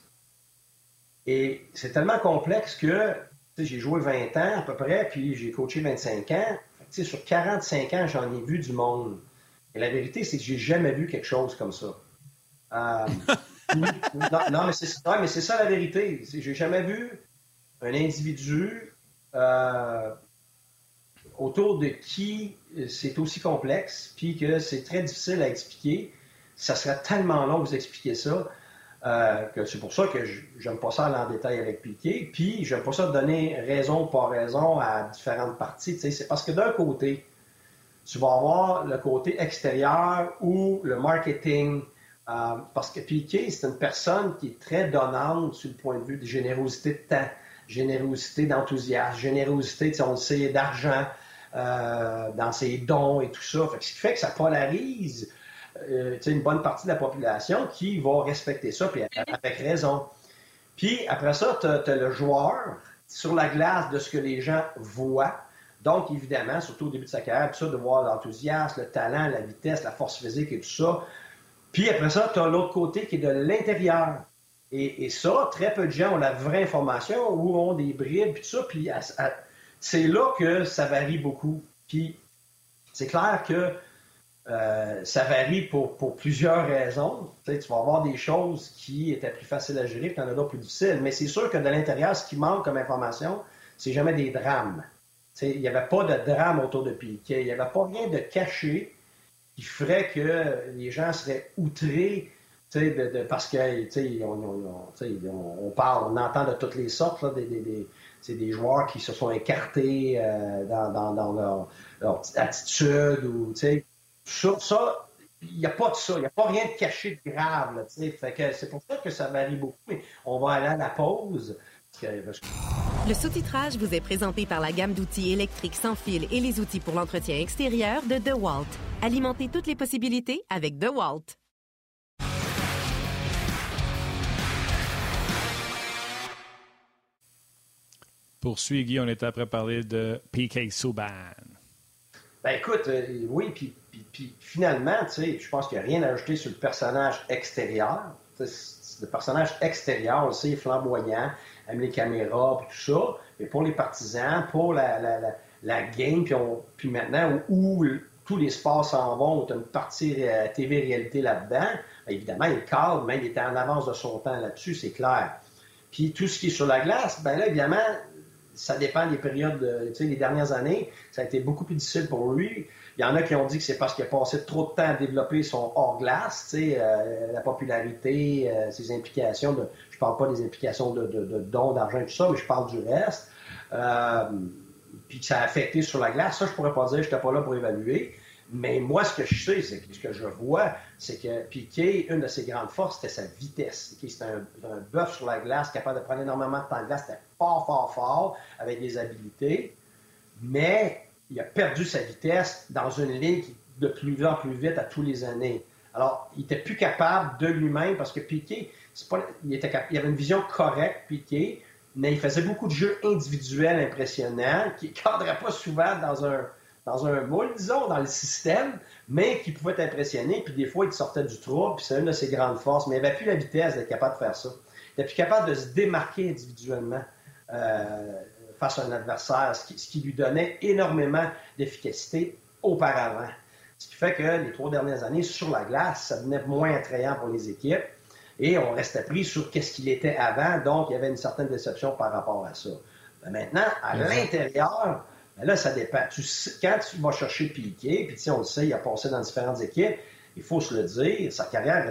Et c'est tellement complexe que j'ai joué vingt ans à peu près, puis j'ai coaché vingt-cinq ans. Fait que, sur quarante-cinq ans, j'en ai vu du monde. Et la vérité, c'est que j'ai jamais vu quelque chose comme ça. Euh, non, non, mais c'est, non, mais c'est ça la vérité. C'est, j'ai jamais vu un individu euh, autour de qui c'est aussi complexe, puis que c'est très difficile à expliquer. Ça serait tellement long de vous expliquer ça. Euh, que c'est pour ça que j'aime pas ça aller en détail avec Piquet, puis j'aime pas ça donner raison ou pas raison à différentes parties. Tu sais, c'est parce que d'un côté, tu vas avoir le côté extérieur ou le marketing, euh, parce que Piquet, c'est une personne qui est très donnante sur le point de vue de générosité de temps, générosité d'enthousiasme, générosité, tu sais, on le sait, d'argent euh, dans ses dons et tout ça. Fait que ce qui fait que ça polarise Euh, une bonne partie de la population qui va respecter ça, puis avec raison. Puis après ça, tu as le joueur sur la glace de ce que les gens voient. Donc, évidemment, surtout au début de sa carrière, tout ça, de voir l'enthousiasme, le talent, la vitesse, la force physique et tout ça. Puis après ça, tu as l'autre côté qui est de l'intérieur. Et, et ça, très peu de gens ont la vraie information ou ont des bribes, puis tout ça. Puis à, à, c'est là que ça varie beaucoup. Puis c'est clair que Euh, ça varie pour, pour plusieurs raisons. Tu sais, tu vas avoir des choses qui étaient plus faciles à gérer, puis tu en as d'autres plus difficiles. Mais c'est sûr que de l'intérieur, ce qui manque comme information, c'est jamais des drames. Tu sais, il n'y avait pas de drame autour de Piquet. Il n'y avait pas rien de caché qui ferait que les gens seraient outrés, tu sais, de, de, parce que tu sais, on, on, on, tu sais, on, on parle, on entend de toutes les sortes, là, des, des, des, c'est des joueurs qui se sont écartés euh, dans, dans, dans leur, leur attitude ou tu sais. Ça, ça, il n'y a pas de ça. Il n'y a pas rien de caché de grave. Là, fait que c'est pour ça que ça varie beaucoup. Mais on va aller à la pause. Le sous-titrage vous est présenté par la gamme d'outils électriques sans fil et les outils pour l'entretien extérieur de DeWalt. Alimentez toutes les possibilités avec DeWalt. Poursuis, Guy, on était après parler de P K Subban. Ben écoute, euh, oui, puis, puis, puis finalement, tu sais, je pense qu'il n'y a rien à ajouter sur le personnage extérieur. Le personnage extérieur, on le sait, flamboyant, aime les caméras, puis tout ça. Mais pour les partisans, pour la, la, la, la game, puis, on, puis maintenant, où, où tous les sports s'en vont, tu as une partie euh, T V réalité là-dedans, bien évidemment, il cadre, même il était en avance de son temps là-dessus, c'est clair. Puis tout ce qui est sur la glace, bien là, évidemment, ça dépend des périodes, de, tu sais, les dernières années, ça a été beaucoup plus difficile pour lui. Il y en a qui ont dit que c'est parce qu'il a passé trop de temps à développer son hors-glace, tu sais, euh, la popularité, euh, ses implications. De, je parle pas des implications de, de, de dons, d'argent et tout ça, mais je parle du reste. Euh, puis que ça a affecté sur la glace. Ça, je pourrais pas dire, je n'étais pas là pour évaluer. Mais moi, ce que je sais, c'est que ce que je vois, c'est que Piquet, une de ses grandes forces, c'était sa vitesse. Okay? C'était un, un bœuf sur la glace, capable de prendre énormément de temps de glace. C'était fort, fort, fort, avec des habiletés. Mais il a perdu sa vitesse dans une ligne qui de plus en plus vite à tous les années. Alors, il n'était plus capable de lui-même, parce que Piquet, c'est pas, il, était cap- il avait une vision correcte, Piquet, mais il faisait beaucoup de jeux individuels impressionnants, qui ne cadraient pas souvent dans un, dans un moule, disons, dans le système, mais qui pouvaient t'impressionner, puis des fois, il te sortait du trou, puis c'est une de ses grandes forces, mais il n'avait plus la vitesse d'être capable de faire ça. Il n'était plus capable de se démarquer individuellement euh, face à un adversaire, ce qui, ce qui lui donnait énormément d'efficacité auparavant. Ce qui fait que les trois dernières années, sur la glace, ça devenait moins attrayant pour les équipes, et on restait pris sur qu'est-ce qu'il était avant, donc il y avait une certaine déception par rapport à ça. Mais maintenant, à mmh. l'intérieur, ben là, ça dépend. Tu sais, quand tu vas chercher Piquet, puis tu sais, on le sait, il a passé dans différentes équipes, il faut se le dire, sa carrière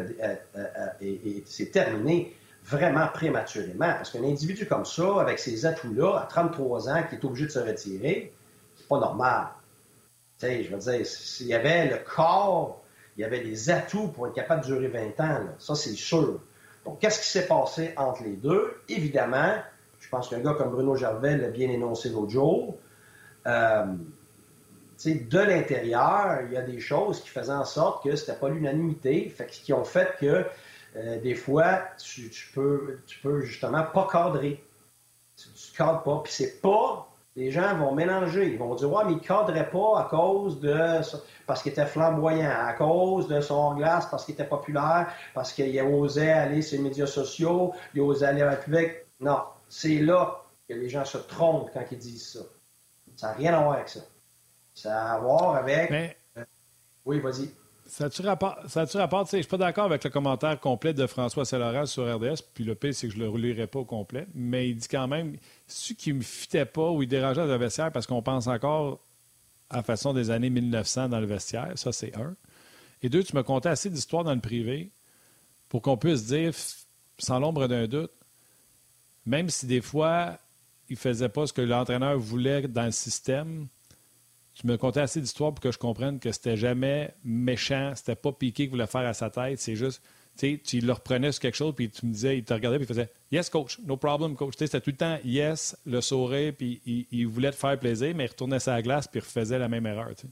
s'est terminée vraiment prématurément. Parce qu'un individu comme ça, avec ses atouts-là, à trente-trois ans, qui est obligé de se retirer, c'est pas normal. Tu sais, je veux dire, il y avait le corps, il y avait les atouts pour être capable de durer vingt ans. Là. Ça, c'est sûr. Donc, qu'est-ce qui s'est passé entre les deux? Évidemment, je pense qu'un gars comme Bruno Gervais l'a bien énoncé l'autre jour. Euh, de l'intérieur, il y a des choses qui faisaient en sorte que c'était pas l'unanimité, fait, qui ont fait que euh, des fois, tu, tu, peux, tu peux justement pas cadrer. Tu, tu cadres pas. Puis c'est pas... Les gens vont mélanger. Ils vont dire « Ouais, mais il ne cadrait pas à cause de... parce qu'il était flamboyant, à cause de son hors-glace, parce qu'il était populaire, parce qu'il osait aller sur les médias sociaux, il osait aller à la public. » Non, c'est là que les gens se trompent quand ils disent ça. Ça n'a rien à voir avec ça. Ça a à voir avec... Mais... Euh... Oui, vas-y. Ça a-tu rapport, ça a-tu rapport, tu sais, je suis pas d'accord avec le commentaire complet de François Saint-Laurent sur R D S, puis le pire, c'est que je le relirai pas au complet, mais il dit quand même, ce qui me fitait pas ou il dérangeait dans le vestiaire parce qu'on pense encore à la façon des années mille neuf cents dans le vestiaire, ça c'est un. Et deux, tu me contais assez d'histoires dans le privé pour qu'on puisse dire, sans l'ombre d'un doute, même si des fois, il faisait pas ce que l'entraîneur voulait dans le système, tu me contais assez d'histoires pour que je comprenne que c'était jamais méchant, c'était pas Piqué qui voulait faire à sa tête, c'est juste, tu sais, tu le reprenais sur quelque chose, puis tu me disais, il te regardait, puis il faisait « Yes, coach, no problem, coach ». Tu sais, c'était tout le temps « Yes », le sourire, puis il, il voulait te faire plaisir, mais il retournait sur la glace, puis il refaisait la même erreur, tu sais.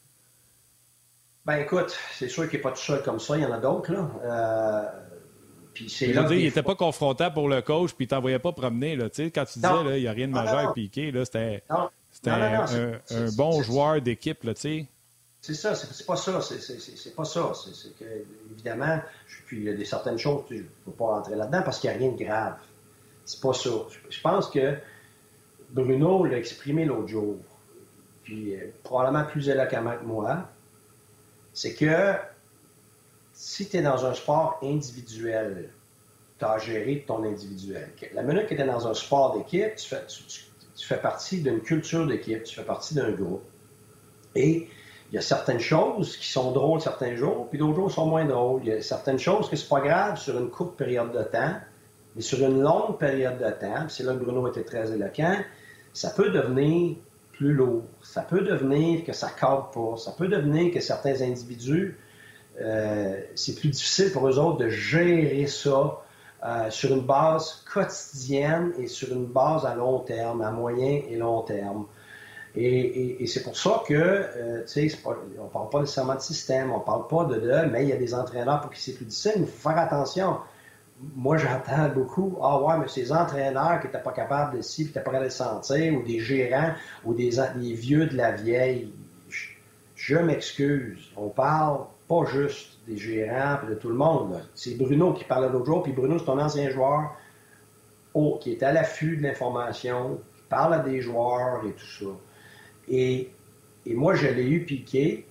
Ben écoute, c'est sûr qu'il n'est pas tout seul comme ça, il y en a d'autres, là. Euh... Puis c'est là dire, il n'était pas confrontant pour le coach, puis il ne t'envoyait pas promener, là, tu sais, quand tu disais, là, il n'y a rien de majeur avec Piqué, là, c'était... Non. C'était non, non, non, un, c'est, un, c'est, un bon c'est, joueur d'équipe, là, tu sais. C'est ça, c'est, c'est pas ça, c'est, c'est, c'est, c'est pas ça. C'est, c'est que, évidemment, je, puis il y a des certaines choses, je ne peux pas rentrer là-dedans parce qu'il n'y a rien de grave. C'est pas ça. Je, je pense que Bruno l'a exprimé l'autre jour, puis euh, probablement plus éloquemment que moi, c'est que si tu es dans un sport individuel, tu as à gérer ton individuel. La minute que tu es dans un sport d'équipe, tu fais... Tu, tu, Tu fais partie d'une culture d'équipe, tu fais partie d'un groupe. Et il y a certaines choses qui sont drôles certains jours, puis d'autres jours sont moins drôles. Il y a certaines choses que c'est pas grave sur une courte période de temps, mais sur une longue période de temps, c'est là que Bruno était très éloquent, ça peut devenir plus lourd. Ça peut devenir que ça cadre pas. Ça peut devenir que certains individus euh, c'est plus difficile pour eux autres de gérer ça euh, sur une base quotidienne et sur une base à long terme, à moyen et long terme. Et, et, et c'est pour ça que, euh, tu sais, on ne parle pas nécessairement de système, on ne parle pas de, de, mais il y a des entraîneurs pour qui c'est plus difficile, mais il faut faire attention. Moi, j'entends beaucoup, ah ouais, mais ces entraîneurs qui n'étaient pas capables de ci, qui n'étaient pas capables de sentir, ou des gérants, ou des, des vieux de la vieille. Je, je m'excuse. On parle pas juste des gérants et de tout le monde. Là. C'est Bruno qui parlait l'autre jour, puis Bruno, c'est un ancien joueur oh, qui est à l'affût de l'information, qui parle à des joueurs et tout ça. Et, et moi, je l'ai eu piqué,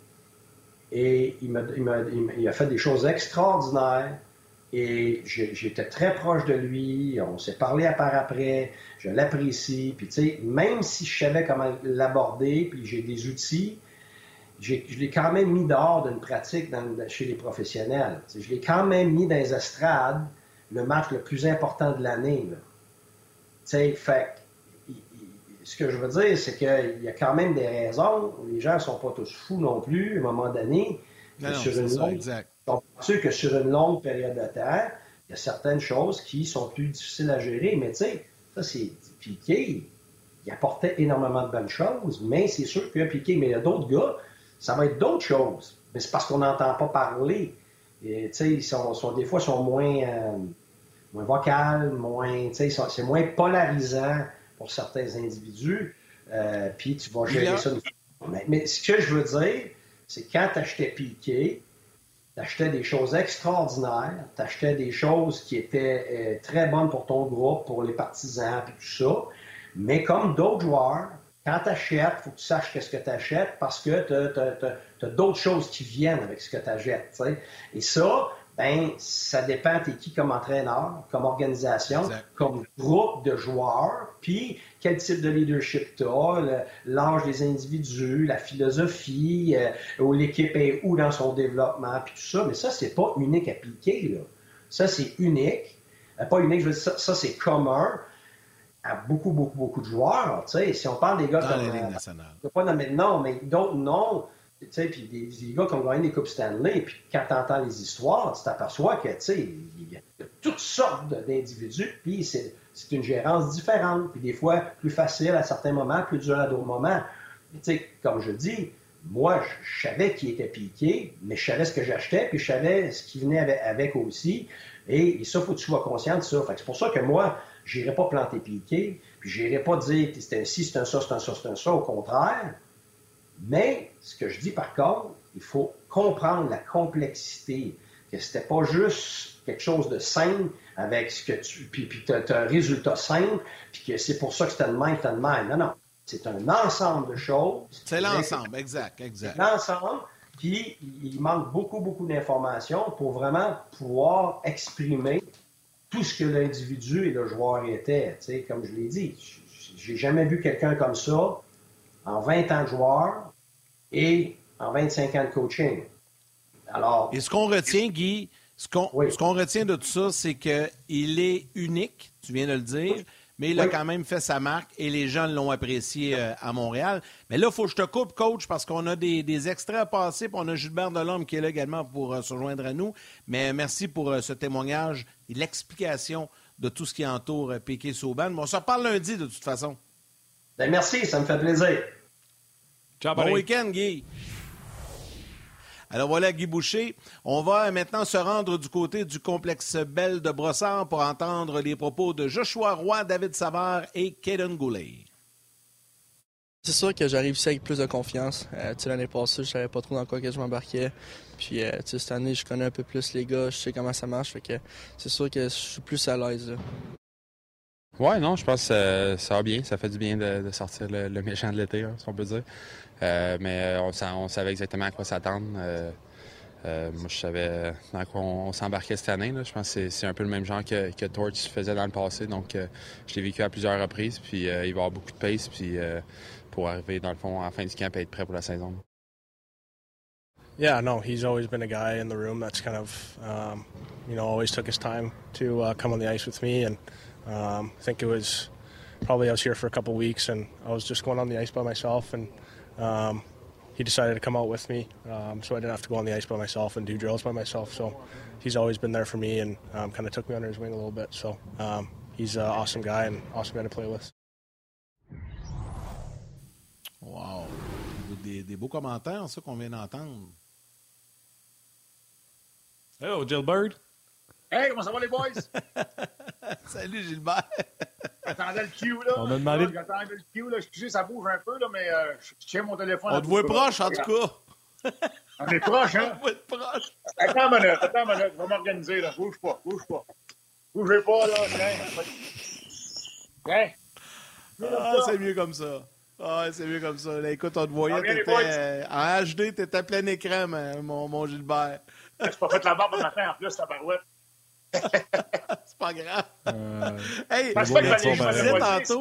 et il, m'a, il, m'a, il a fait des choses extraordinaires. Et j'étais très proche de lui, on s'est parlé à part après, je l'apprécie, puis tu sais, même si je savais comment l'aborder, puis j'ai des outils, j'ai, je l'ai quand même mis dehors d'une pratique dans, chez les professionnels. T'sais, je l'ai quand même mis dans les estrades, le match le plus important de l'année. Tu sais, fait il, il, ce que je veux dire, c'est qu'il y a quand même des raisons, les gens ne sont pas tous fous non plus, à un moment donné, non, sur non, une ça, longue... exact. Donc, sûr que sur une longue période de temps, il y a certaines choses qui sont plus difficiles à gérer. Mais tu sais, ça, c'est Piqué. Il apportait énormément de bonnes choses, mais c'est sûr que Piqué, mais il y a d'autres gars, ça va être d'autres choses. Mais c'est parce qu'on n'entend pas parler. Tu sais, ils sont, sont, des fois, sont moins, euh, moins vocales, moins, tu sais, c'est moins polarisant pour certains individus. Euh, Puis tu vas gérer ça. Mais, mais ce que je veux dire, c'est quand tu achetais Piqué, t'achetais des choses extraordinaires, t'achetais des choses qui étaient euh, très bonnes pour ton groupe, pour les partisans, puis tout ça. Mais comme d'autres joueurs, quand t'achètes, il faut que tu saches qu'est-ce que t'achètes parce que t'as, t'as, t'as, t'as d'autres choses qui viennent avec ce que t'achètes. T'sais. Et ça, ben, ça dépend t'es qui comme entraîneur, comme organisation, exact. Comme groupe de joueurs, puis quel type de leadership tu as, le, l'âge des individus, la philosophie, euh, où l'équipe est où dans son développement, puis tout ça. Mais ça, c'est pas unique à Piqué, là. Ça, c'est unique. Euh, pas unique, je veux dire, ça, ça c'est commun à beaucoup, beaucoup, beaucoup de joueurs. Tu sais, si on parle des gars dans comme... la Ligue nationale. Je ne pas nommer de nom, mais d'autres noms. Tu sais, puis des, des gars qui ont gagné des Coupes Stanley, puis quand tu entends les histoires, tu t'aperçois que, tu sais, il y a toutes sortes d'individus, puis c'est, c'est une gérance différente, puis des fois plus facile à certains moments, plus dur à d'autres moments. Mais tu sais, comme je dis, moi, je savais qui était Piqué, mais je savais ce que j'achetais, puis je savais ce qui venait avec, avec aussi, et, et ça, il faut que tu sois conscient de ça. Fait que c'est pour ça que moi, je n'irai pas planter Piqué, puis je n'irai pas dire c'est un ci, c'est un ça, c'est un ça, c'est un ça, au contraire. Mais, ce que je dis par contre, il faut comprendre la complexité, que c'était pas juste quelque chose de simple avec ce que tu... Puis, puis tu as un résultat simple, puis que c'est pour ça que c'était de même, c'était de même. Non, non. C'est un ensemble de choses. C'est l'ensemble, exact, exact. C'est l'ensemble, puis il manque beaucoup, beaucoup d'informations pour vraiment pouvoir exprimer tout ce que l'individu et le joueur étaient. Tu sais, comme je l'ai dit, j'ai jamais vu quelqu'un comme ça en vingt ans de joueur et en vingt-cinq ans de coaching. Alors, et ce qu'on retient, Guy, ce qu'on, oui. ce qu'on retient de tout ça, c'est qu'il est unique, tu viens de le dire, mais il oui. a quand même fait sa marque et les gens l'ont apprécié euh, à Montréal. Mais là, il faut que je te coupe, coach, parce qu'on a des, des extraits à passer, puis on a Gilbert Delorme qui est là également pour euh, se joindre à nous. Mais merci pour euh, ce témoignage et l'explication de tout ce qui entoure euh, Piqué Souban. Mais on se reparle lundi, de toute façon. Ben merci, ça me fait plaisir. Ciao, bon week-end, Guy. Alors voilà, Guy Boucher. On va maintenant se rendre du côté du complexe Bell de Brossard pour entendre les propos de Joshua Roy, David Savard et Kaden Goulet. C'est sûr que j'arrive ici avec plus de confiance. Euh, l'année passée, je savais pas trop dans quoi que je m'embarquais. Puis euh, cette année, je connais un peu plus les gars, je sais comment ça marche. Fait que c'est sûr que je suis plus à l'aise. Là. Ouais, non, je pense que euh, ça va bien. Ça fait du bien de, de sortir le, le méchant de l'été, hein, si on peut dire. Euh, mais on, on savait exactement à quoi s'attendre. Euh, euh, moi, je savais dans quoi on, on s'embarquait cette année. Là. Je pense que c'est, c'est un peu le même genre que, que Torch faisait dans le passé. Donc, euh, je l'ai vécu à plusieurs reprises. Puis, euh, il va y avoir beaucoup de pace puis, euh, pour arriver, dans le fond, à la fin du camp et être prêt pour la saison. Yeah, no, he's always been a guy in the room that's kind of, um, you know, always took his time to uh, come on the ice with me. And um, I think it was probably I was here for a couple of weeks and I was just going on the ice by myself. And um, he decided to come out with me, um, so I didn't have to go on the ice by myself and do drills by myself. So he's always been there for me and um, kind of took me under his wing a little bit. So um, he's an awesome guy and awesome guy to play with. Wow! Des, des beaux commentaires, ça, qu'on vient d'entendre. Hello, Gilbert. Hey, comment ça va, les boys? Salut, Gilbert. J'attendais le cue, là. On a demandé... Là, j'attendais le cue, là. Excusez, ça bouge un peu, là, mais euh, je tiens mon téléphone. On te voit proche, en tout cas. On est proche, hein? On va être proche. Attends une minute, attends une minute. Je vais m'organiser, là. Bouge pas, bouge pas. Bougez pas, là. Tiens. Tiens. Ah, c'est mieux comme ça. Ah, c'est mieux comme ça. Là, écoute, on te voyait, t'étais, euh, en H D, t'étais plein écran, mon, mon Gilbert. Je pas fait la barbe le matin, en plus, ta barouette. C'est pas grave. Euh, hey, je bon, disais tantôt.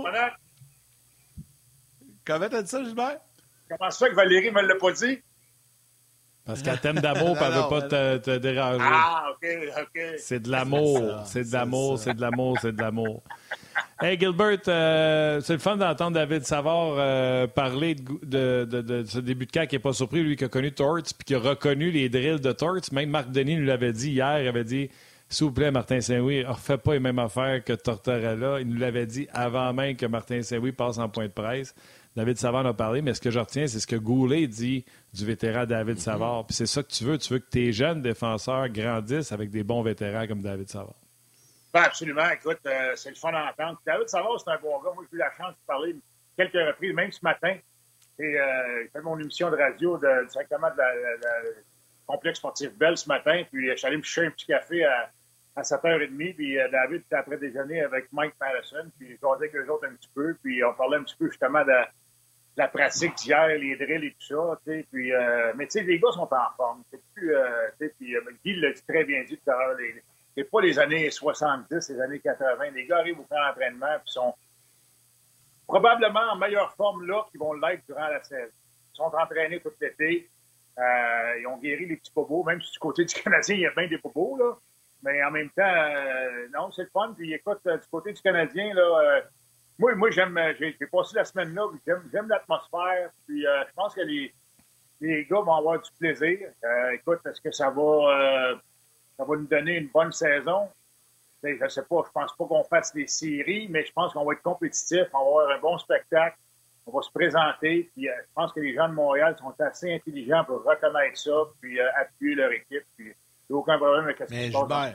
Comment t'as dit ça, Gilbert? Comment ça que Valérie me l'a pas dit? Parce qu'elle t'aime d'amour et elle ne veut pas te, te déranger. Ah, OK, OK. C'est de l'amour, c'est de l'amour, c'est de l'amour, c'est de l'amour. Hey, Gilbert, euh, c'est le fun d'entendre David Savard euh, parler de, de, de, de ce début de camp qui n'est pas surpris, lui qui a connu Torts puis qui a reconnu les drills de Torts. Même Marc Denis nous l'avait dit hier, il avait dit « S'il vous plaît, Martin Saint-Louis, ne refais pas les mêmes affaires que Tortorella. » Il nous l'avait dit avant même que Martin Saint-Louis passe en point de presse. David Savard en a parlé, mais ce que je retiens, c'est ce que Goulet dit du vétéran David Savard. Puis c'est ça que tu veux. Tu veux que tes jeunes défenseurs grandissent avec des bons vétérans comme David Savard. Ben absolument. Écoute, euh, c'est le fun d'entendre. David Savard, c'est un bon gars. Moi, j'ai eu la chance de parler quelques reprises, même ce matin. Et euh, j'ai fait mon émission de radio de, directement de la, la, la complexe sportif Bell ce matin. Puis je suis allé me chercher un petit café à, à sept heures trente. Puis euh, David était après déjeuner avec Mike Madison. Puis j'ai jasé avec eux autres un petit peu. Puis on parlait un petit peu justement de la pratique d'hier, les drills et tout ça, tu sais, puis, euh, mais tu sais, les gars sont en forme, c'est plus, euh, tu sais, puis euh, Guy l'a dit très bien dit tout à l'heure, les, c'est pas les années soixante-dix, les années quatre-vingts, les gars arrivent au camp d'entraînement puis sont probablement en meilleure forme là qu'ils vont l'être durant la saison. Ils sont entraînés tout l'été, euh, ils ont guéri les petits bobos, même si du côté du Canadien, il y a bien des bobos, là, mais en même temps, euh, non, c'est le fun, puis écoute, euh, du côté du Canadien, là, euh, Moi, moi j'aime, j'ai, j'ai passé la semaine là, j'aime, j'aime l'atmosphère, puis euh, je pense que les, les gars vont avoir du plaisir. Euh, écoute, est-ce que ça va, euh, ça va nous donner une bonne saison? T'sais, je sais pas, je pense pas qu'on fasse des séries, mais je pense qu'on va être compétitif, on va avoir un bon spectacle, on va se présenter, puis euh, je pense que les gens de Montréal sont assez intelligents pour reconnaître ça, puis euh, appuyer leur équipe, puis il n'y a aucun problème avec ce qui se passe.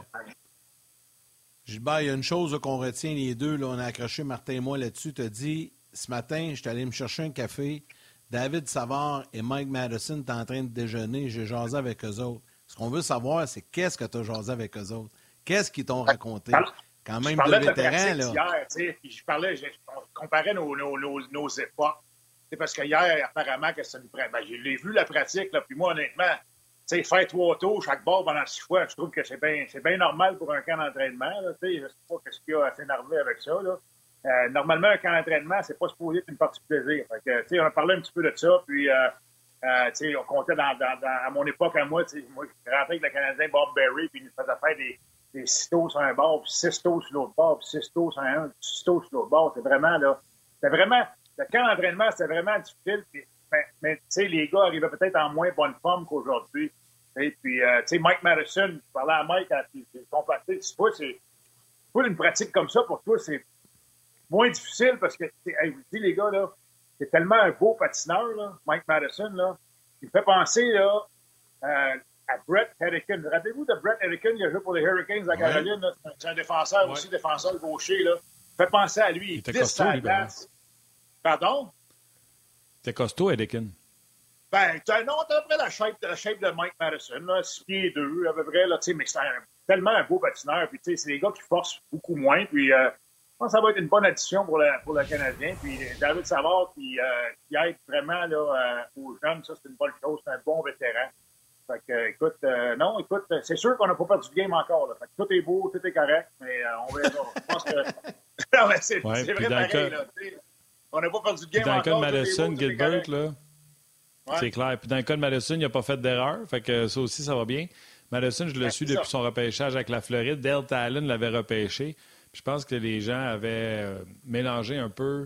Gilbert, il y a une chose là, qu'on retient les deux, là, on a accroché Martin et moi là-dessus. Tu as dit, ce matin, je suis allé me chercher un café. David Savard et Mike Madison étaient en train de déjeuner. J'ai jasé avec eux autres. Ce qu'on veut savoir, c'est qu'est-ce que tu as jasé avec eux autres? Qu'est-ce qu'ils t'ont raconté? Quand même deux vétérans, là. Hier, tu sais, puis je parlais, je, on comparait nos, nos, nos, nos époques. C'est parce que hier, apparemment, que ça nous prend. Ben, je l'ai vu, la pratique, là, puis moi, honnêtement, tu sais, faire trois tours chaque bord pendant six fois, je trouve que c'est bien c'est bien normal pour un camp d'entraînement. Là, je ne sais pas ce qu'il y a à s'énerver avec ça. Là. Euh, normalement, un camp d'entraînement, c'est pas supposé être une partie de plaisir. Fait que, on a parlé un petit peu de ça, puis euh, euh, on comptait dans, dans, dans, à mon époque, à moi, moi je rentrais avec le Canadien Bob Berry, puis il nous faisait faire des, des six tours sur un bord, puis six tours sur l'autre bord, puis six tours sur un, puis six tours sur l'autre bord. C'est vraiment, là, c'était vraiment, le camp d'entraînement, c'était vraiment difficile. Puis, mais, mais tu sais, les gars arrivaient peut-être en moins bonne forme qu'aujourd'hui. Et puis, euh, tu sais, Mike Madison, je parlais à Mike, il compacté, tu vois, c'est pour une pratique comme ça, pour toi, c'est moins difficile parce que, hey, je vous dis, les gars, là, c'est tellement un beau patineur, là, Mike Madison, là. Il me fait penser, là, euh, à Brett Hedican. Rappelez-vous de Brett Hedican, il a joué pour les Hurricanes à Caroline, là. C'est un défenseur ouais. aussi, défenseur gaucher, là. Il me fait penser à lui. Il, il était costaud, lui, glace. Pardon? C'était costaud, Hedican. Ben, t'as, non, t'as à peu près la shape, la shape de Mike Madison, là, six pieds deux, à peu près, là, tu sais, mais c'est un, tellement un beau patineur, puis tu sais, c'est des gars qui forcent beaucoup moins, puis euh, je pense que ça va être une bonne addition pour le, pour le Canadien, puis David Savard qui, euh, qui aide vraiment, là, euh, aux jeunes, ça, c'est une bonne chose, c'est un bon vétéran. Fait que, écoute, euh, non, écoute, c'est sûr qu'on n'a pas perdu le game encore, là, fait que tout est beau, tout est correct, mais euh, on verra, je pense que, non, mais c'est, ouais, c'est vrai pareil, cas... là, tu sais, on n'a pas perdu le game dans encore. Dans le cas de Madison, Gilbert, là, ouais. C'est clair. Puis dans le cas de Madison, il n'a pas fait d'erreur. Fait que ça aussi, ça va bien. Madison, je le ouais, suis depuis ça. Son repêchage avec la Floride. Dale Talon l'avait repêché. Puis je pense que les gens avaient euh, mélangé un peu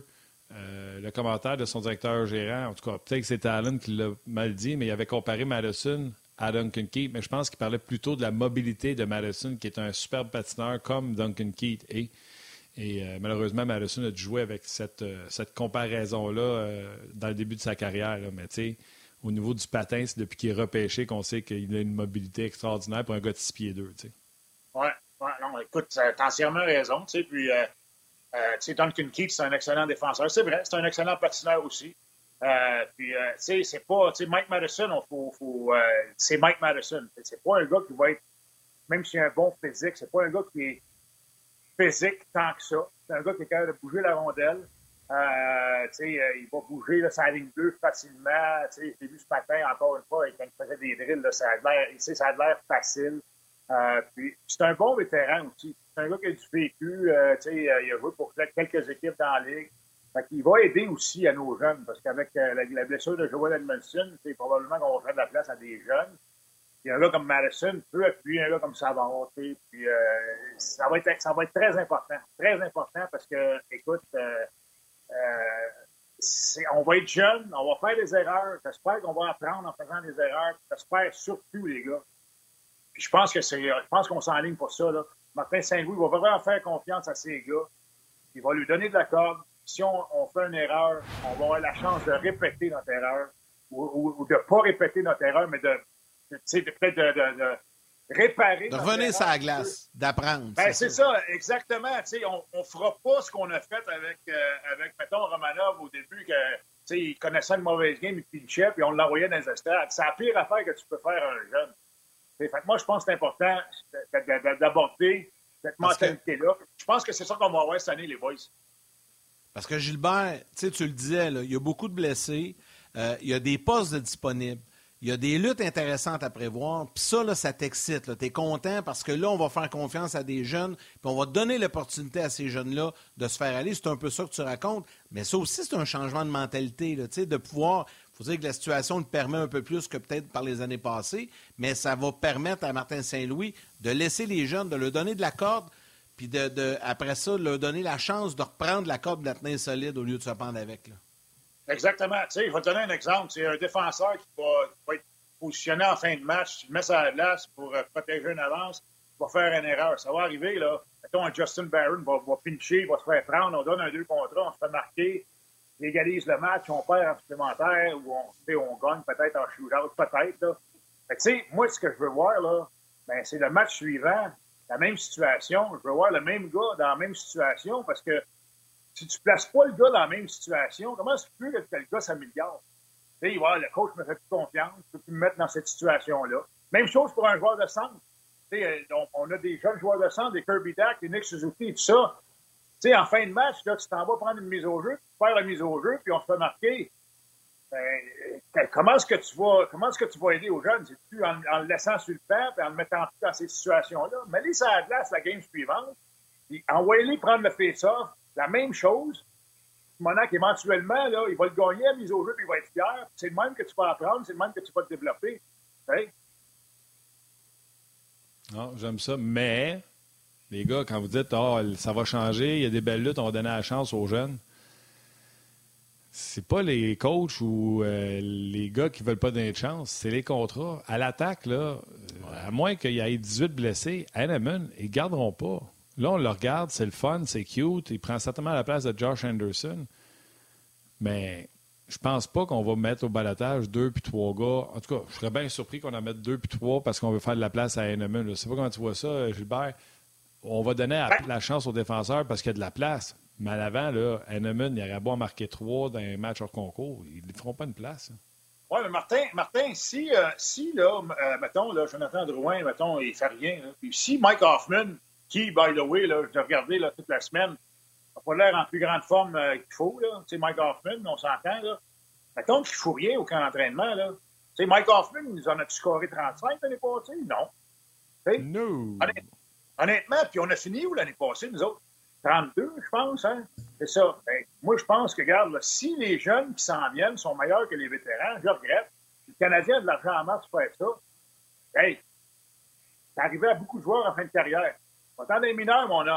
euh, le commentaire de son directeur gérant, en tout cas, peut-être que c'était Allen qui l'a mal dit, mais il avait comparé Madison à Duncan Keith, mais je pense qu'il parlait plutôt de la mobilité de Madison, qui est un superbe patineur comme Duncan Keith est. Et euh, malheureusement, Madison a dû jouer avec cette, euh, cette comparaison-là euh, dans le début de sa carrière. Là. Mais tu sais, au niveau du patin, c'est depuis qu'il est repêché qu'on sait qu'il a une mobilité extraordinaire pour un gars de six pieds deux. Oui, ouais, non, écoute, tu as entièrement raison. Tu sais, puis, euh, euh, tu sais, Duncan Keith, c'est un excellent défenseur. C'est vrai, c'est un excellent patineur aussi. Euh, puis, euh, tu sais, c'est pas, tu sais, Mike Madison, on faut, faut, euh, c'est Mike Madison. C'est pas un gars qui va être, même s'il a un bon physique, c'est pas un gars qui est physique tant que ça. C'est un gars qui est capable de bouger la rondelle. Euh, tu sais, euh, il va bouger là, sa ligne bleue facilement. Tu sais, j'ai vu ce matin, encore une fois, quand il faisait des drills, là, ça a l'air, ça a l'air facile. Euh, puis, c'est un bon vétéran aussi. C'est un gars qui a du vécu. Euh, tu sais, euh, il a joué pour quelques équipes dans la ligue. Fait qu'il va aider aussi à nos jeunes, parce qu'avec euh, la, la blessure de Joel Edmondson, c'est probablement qu'on va faire de la place à des jeunes. Puis un gars comme Madison peut appuyer un gars comme Savard. Puis euh, ça va être ça va être très important. Très important parce que, écoute, euh, euh, c'est, on va être jeunes, on va faire des erreurs. J'espère qu'on va apprendre en faisant des erreurs. J'espère surtout, les gars. Puis je pense que c'est. Je pense qu'on s'enligne pour ça. Là. Martin Saint-Louis va vraiment faire confiance à ces gars. Il va lui donner de la corde. Si on, on fait une erreur, on va avoir la chance de répéter notre erreur. Ou, ou, ou de ne pas répéter notre erreur, mais de, de, de peut-être de, de, de réparer. De revenir sur la glace, d'apprendre. Ben, c'est, c'est ça. ça, exactement. T'sais, on ne fera pas ce qu'on a fait avec, euh, avec mettons, Romanov au début, que il connaissait une mauvaise game, il pitchait, puis on l'envoyait dans les estrades. C'est la pire affaire que tu peux faire à un jeune. Fait que moi, je pense que c'est important d'aborder cette mentalité-là. Que... Je pense que c'est ça qu'on va avoir cette année, les boys. Parce que Gilbert, tu le disais, là, il y a beaucoup de blessés, euh, il y a des postes de disponibles, il y a des luttes intéressantes à prévoir, puis ça, là, ça t'excite. Tu es content parce que là, on va faire confiance à des jeunes, puis on va donner l'opportunité à ces jeunes-là de se faire aller. C'est un peu ça que tu racontes, mais ça aussi, c'est un changement de mentalité, là, de pouvoir... Il faut dire que la situation le permet un peu plus que peut-être par les années passées, mais ça va permettre à Martin Saint-Louis de laisser les jeunes, de leur donner de la corde, puis de, de, après ça, leur donner la chance de reprendre la corde de la tenir solide au lieu de se pendre avec. Là. Exactement. Tu sais, je vais te donner un exemple. C'est un défenseur qui va, va être positionné en fin de match, tu le mets sur la glace pour euh, protéger une avance, il va faire une erreur. Ça va arriver, là. Mettons, un Justin Barron va, va pincher, il va se faire prendre, on donne un deux contre un, on se fait marquer, on égalise le match, on perd en supplémentaire ou on, on gagne peut-être en shootout, peut-être. Là. Fait que, tu sais, moi, ce que je veux voir, là, ben, c'est le match suivant, la même situation. Je veux voir le même gars dans la même situation parce que si tu ne places pas le gars dans la même situation, comment est-ce que tu peux que le gars s'améliore? Tu sais, ouais, le coach me fait plus confiance, je peux plus me mettre dans cette situation-là. Même chose pour un joueur de centre. Tu sais, on, on a des jeunes joueurs de centre, des Kirby Dack, des Nick Suzuki et tout ça. Tu sais, en fin de match, là, tu t'en vas prendre une mise au jeu, tu perds la mise au jeu, puis on se fait marquer. Ben, comment est-ce que tu vas, comment est-ce que tu vas aider aux jeunes? C'est-tu en, en le laissant sur le banc et en le mettant dans ces situations-là? Mets-les sur la glace la game suivante, puis envoyez-les prendre le face-off, la même chose. Monac, éventuellement, là, il va le gagner à mise au jeu, puis il va être fier. C'est le même que tu vas apprendre, c'est le même que tu vas te développer. Okay? Non, j'aime ça, mais les gars, quand vous dites oh, ça va changer, il y a des belles luttes, on va donner la chance aux jeunes. C'est pas les coachs ou euh, les gars qui veulent pas donner de chance, c'est les contrats. À l'attaque, là, ouais. À moins qu'il y ait dix-huit blessés, Heinemann, ils ne garderont pas. Là, on le regarde, c'est le fun, c'est cute, il prend certainement la place de Josh Anderson. Mais je pense pas qu'on va mettre au balotage deux puis trois gars. En tout cas, je serais bien surpris qu'on en mette deux puis trois parce qu'on veut faire de la place à Heinemann. Je sais pas comment tu vois ça, Gilbert. On va donner la, la chance aux défenseurs parce qu'il y a de la place. Mais à l'avant, là, Heinemann, il aurait beau en marquer trois dans un match hors concours. Ils ne feront pas une place. Oui, mais Martin, Martin si, euh, si là, euh, mettons, là, Jonathan Drouin, mettons, il fait rien. Là, puis si Mike Hoffman, qui, by the way, là, je l'ai regardé là, toute la semaine, n'a pas l'air en plus grande forme euh, qu'il faut, là. Tu sais, Mike Hoffman, on s'entend, là. Mettons qu'il ne faut rien au camp d'entraînement, là. Tu sais, Mike Hoffman, il nous en a-tu scoré trente-cinq l'année passée? Non. T'sais? No. Honnêt, honnêtement, puis on a fini où l'année passée, nous autres? trente-deux, je pense, hein? C'est ça. Ben, moi, je pense que, regarde, là, si les jeunes qui s'en viennent sont meilleurs que les vétérans, je regrette. Le Canadien a de l'argent en masse pour faire ça. Hey, c'est arrivé à beaucoup de joueurs en fin de carrière. Va-t'en des mineurs, mon homme.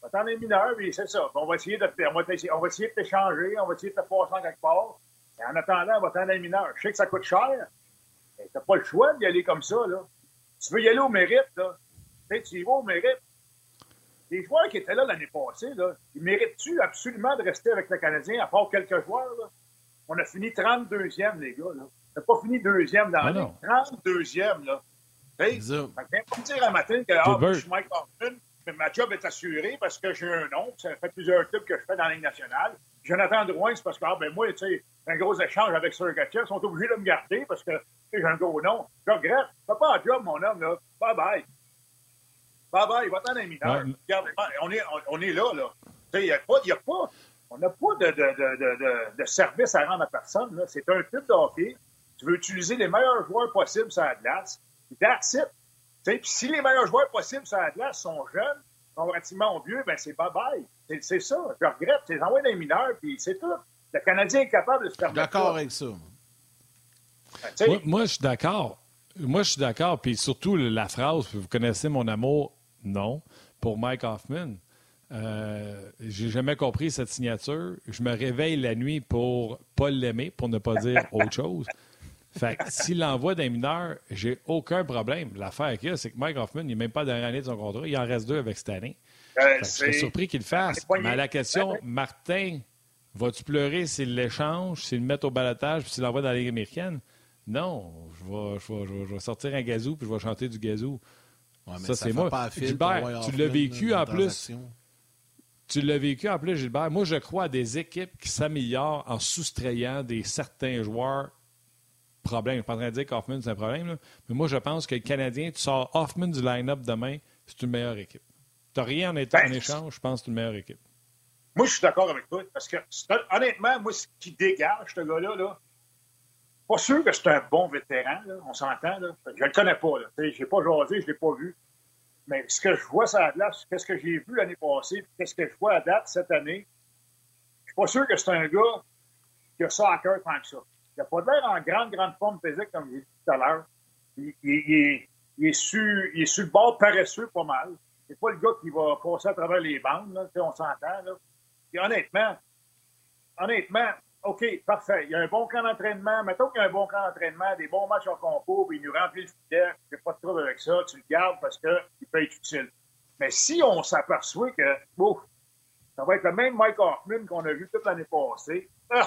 Va-t'en les mineurs, puis c'est ça. On va essayer de, on va essayer, on va essayer de t'échanger, on va essayer de te passer en quelque part. Et en attendant, va-t'en les mineurs. Je sais que ça coûte cher, mais t'as pas le choix d'y aller comme ça, là. Tu veux y aller au mérite, là. Tu sais, tu y vas au mérite. Les joueurs qui étaient là l'année passée, là, ils méritent-tu absolument de rester avec le Canadien, à part quelques joueurs, là? On a fini trente-deuxième, les gars, là. On n'a pas fini deuxième dans ah la ligue. trente-deuxième, là. Tu sais, viens pas me dire un matin que ah, je suis Mike Hoffman, mais ma job est assurée parce que j'ai un nom, ça fait plusieurs clubs que je fais dans la Ligue nationale. Jonathan Drouin, c'est parce que, ah, ben moi, tu sais, un gros échange avec Sergachev, ils sont obligés de me garder parce que j'ai un gros nom. Je regrette. Fais pas un job, mon homme, là. Bye-bye. Bye-bye. Va-t'en un mineur. Ouais. Regarde, on est, on, on est là, là. Tu sais, il n'y a pas... Y a pas on n'a pas de, de, de, de, de service à rendre à personne, là. C'est un type de hockey. Tu veux utiliser les meilleurs joueurs possibles sur la glace. That's it. Puis si les meilleurs joueurs possibles sur la glace sont jeunes, sont relativement vieux, ben c'est bye-bye. C'est, c'est ça. Je regrette. C'est envoyé dans les mineurs, puis c'est tout. Le Canadien est capable de se permettre. D'accord ça. avec ça. Ben, moi, moi je suis d'accord. Moi, je suis d'accord. Puis surtout, la phrase, vous connaissez mon amour, non, pour Mike Hoffman. Euh, j'ai jamais compris cette signature. Je me réveille la nuit pour pas l'aimer, pour ne pas dire autre chose. Fait que s'il l'envoie d'un mineur, j'ai aucun problème. L'affaire qu'il y a, c'est que Mike Hoffman, il n'est même pas à la dernière année de son contrat. Il en reste deux avec cette année. Euh, je serais surpris qu'il le fasse. Mais à la question, Martin, vas-tu pleurer s'il l'échange, s'il le met au balotage, puis s'il l'envoie dans la Ligue américaine? Non. Je vais, je vais, je vais, je vais sortir un gazou, puis je vais chanter du gazou. Ouais, ça, ça, c'est moi. Gilbert, tu l'as vécu en plus. Tu l'as vécu en plus, Gilbert. Moi, je crois à des équipes qui s'améliorent en soustrayant des certains joueurs. Problème. Je ne suis pas en train de dire qu'Hoffman, c'est un problème. Là. Mais moi, je pense que le Canadien, tu sors Hoffman du line-up demain, c'est une meilleure équipe. Tu n'as rien en, état, ben, en échange, je pense que c'est une meilleure équipe. Moi, je suis d'accord avec toi. Parce que, honnêtement, moi, ce qui dégage, ce gars-là, là, pas sûr que c'est un bon vétéran, là, on s'entend. Là. Je ne le connais pas. Je n'ai pas jasé, je ne l'ai pas vu. Mais ce que je vois sur la glace, qu'est-ce que j'ai vu l'année passée, qu'est-ce que je vois à date cette année, je suis pas sûr que c'est un gars qui a ça à cœur tant que ça. Il n'a pas l'air en grande, grande forme physique, comme j'ai dit tout à l'heure. Il, il, il, est, il, est sur, il est sur le bord paresseux pas mal. C'est pas le gars qui va passer à travers les bandes, là, on s'entend. Là. Et honnêtement, honnêtement, OK, parfait. Il y a un bon camp d'entraînement. Mettons qu'il y a un bon camp d'entraînement, des bons matchs en concours, puis il nous remplit le filet. J'ai pas de trouble avec ça. Tu le gardes parce qu'il peut être utile. Mais si on s'aperçoit que ouf, ça va être le même Mike Hoffman qu'on a vu toute l'année passée, ah,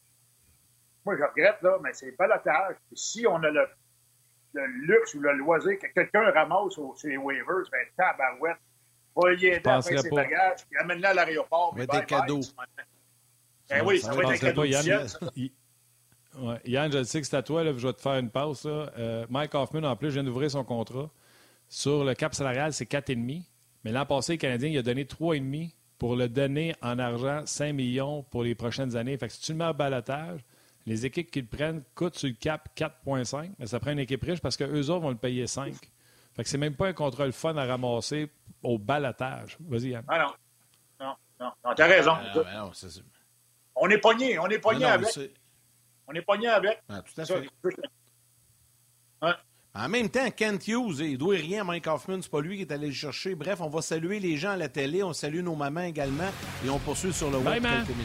moi, je regrette, là, mais c'est balotage. Puis si on a le, le luxe ou le loisir que quelqu'un ramasse au, sur les waivers, ben tabarouette, va y aider à faire ses bagages, puis amène-le à l'aéroport. Mais des cadeaux. Ben oui, ça, ça va être un cadeau du ciel, ça. Ouais. Yann, je sais que c'est à toi, là, je vais te faire une passe. Là. Euh, Mike Hoffman, en plus, vient d'ouvrir son contrat. Sur le cap salarial, c'est quatre virgule cinq. Mais l'an passé, le Canadien, il a donné trois virgule cinq pour le donner en argent cinq millions pour les prochaines années. Fait que si tu le mets à balotage, les équipes qui le prennent coûtent sur le cap quatre virgule cinq, mais ça prend une équipe riche parce qu'eux autres vont le payer cinq. Fait que c'est même pas un contrat le fun à ramasser au balotage. Vas-y, Yann. Ah non. Non, non, non t'as raison. Ah, non, non, c'est... On est pogné, on est pogné avec. C'est... On est pogné avec. Ah, tout à fait. Ouais. En même temps, Kent Hughes, il ne doit rien à Mike Hoffman, c'est pas lui qui est allé le chercher. Bref, on va saluer les gens à la télé, on salue nos mamans également et on poursuit sur le web quelques minutes.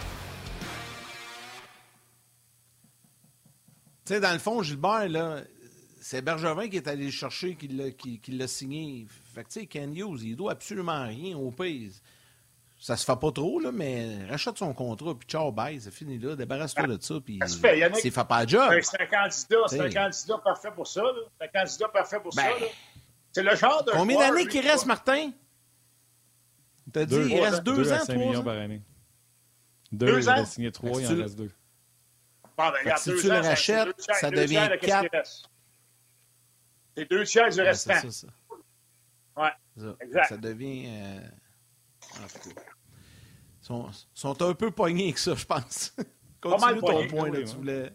Tu sais, dans le fond, Gilbert, là, c'est Bergevin qui est allé le chercher, qui l'a, qui, qui l'a signé. Fait que, tu sais, Ken Hughes, il doit absolument rien au pays. Ça se fait pas trop, là, mais rachète son contrat, puis ciao, bye, c'est fini là, débarrasse-toi de ça, puis c'est fait pas le job. C'est un candidat, c'est un candidat parfait pour ça, là. C'est un candidat parfait pour ben, ça, là. C'est le genre de combien joueur, d'années qu'il reste, Martin? T'as dit, il reste deux, deux ans, à cinq trois millions ans? par année. Deux, deux il ans? a signé trois, il en tu... reste deux. Bon, ben, regarde, si deux tu ans, le rachètes, ça, ça deux devient quatre. C'est deux tiers du restant. Ouais, c'est ça, ça. Ouais, ça. exact. Ça devient... Euh... En tout cas. Ils sont, sont un peu pognés avec ça, je pense. Continue ton pogné, point, là, oui, tu voulais...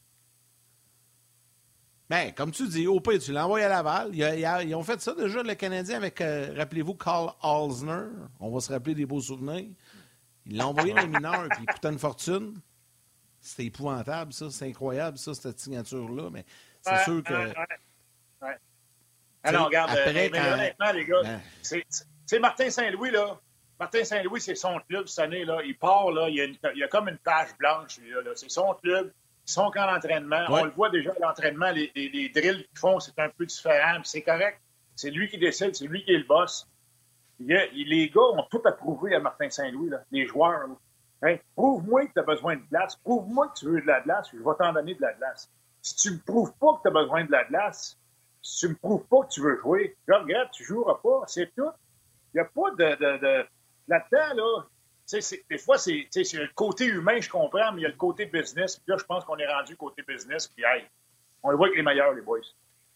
Ben, comme tu dis, au pire, tu l'envoies à Laval. Ils, ils, ils ont fait ça déjà, le Canadien, avec, euh, rappelez-vous, Carl Alzner. On va se rappeler des beaux souvenirs. Ils l'ont envoyé dans les mineurs, puis il coûtait une fortune. C'était épouvantable, ça. C'est incroyable, ça, cette signature-là. Mais c'est ouais, sûr que... Ouais, ouais. Alors, regarde, après, mais, quand... mais honnêtement, les gars, ouais. c'est, c'est Martin Saint-Louis, là. Martin Saint-Louis, c'est son club cette année. Là. Il part, là, il, y a une, il y a comme une page blanche. Là, là. C'est son club, son camp d'entraînement. Ouais. On le voit déjà à l'entraînement, les, les, les drills qu'ils font, c'est un peu différent. Puis c'est correct. C'est lui qui décide, c'est lui qui est le boss. Il a, il, les gars ont tout approuvé à Martin Saint-Louis, là, les joueurs. Hein? Prouve-moi que tu as besoin de glace. Prouve-moi que tu veux de la glace. Je vais t'en donner de la glace. Si tu me prouves pas que tu as besoin de la glace, si tu me prouves pas que tu veux jouer, là, regarde, tu joueras pas. C'est tout. Il n'y a pas de... de, de... Là-dedans, là, c'est, des fois, c'est, c'est le côté humain, je comprends, mais il y a le côté business. Puis là, je pense qu'on est rendu côté business. Puis, hey, on le voit avec les meilleurs, les boys.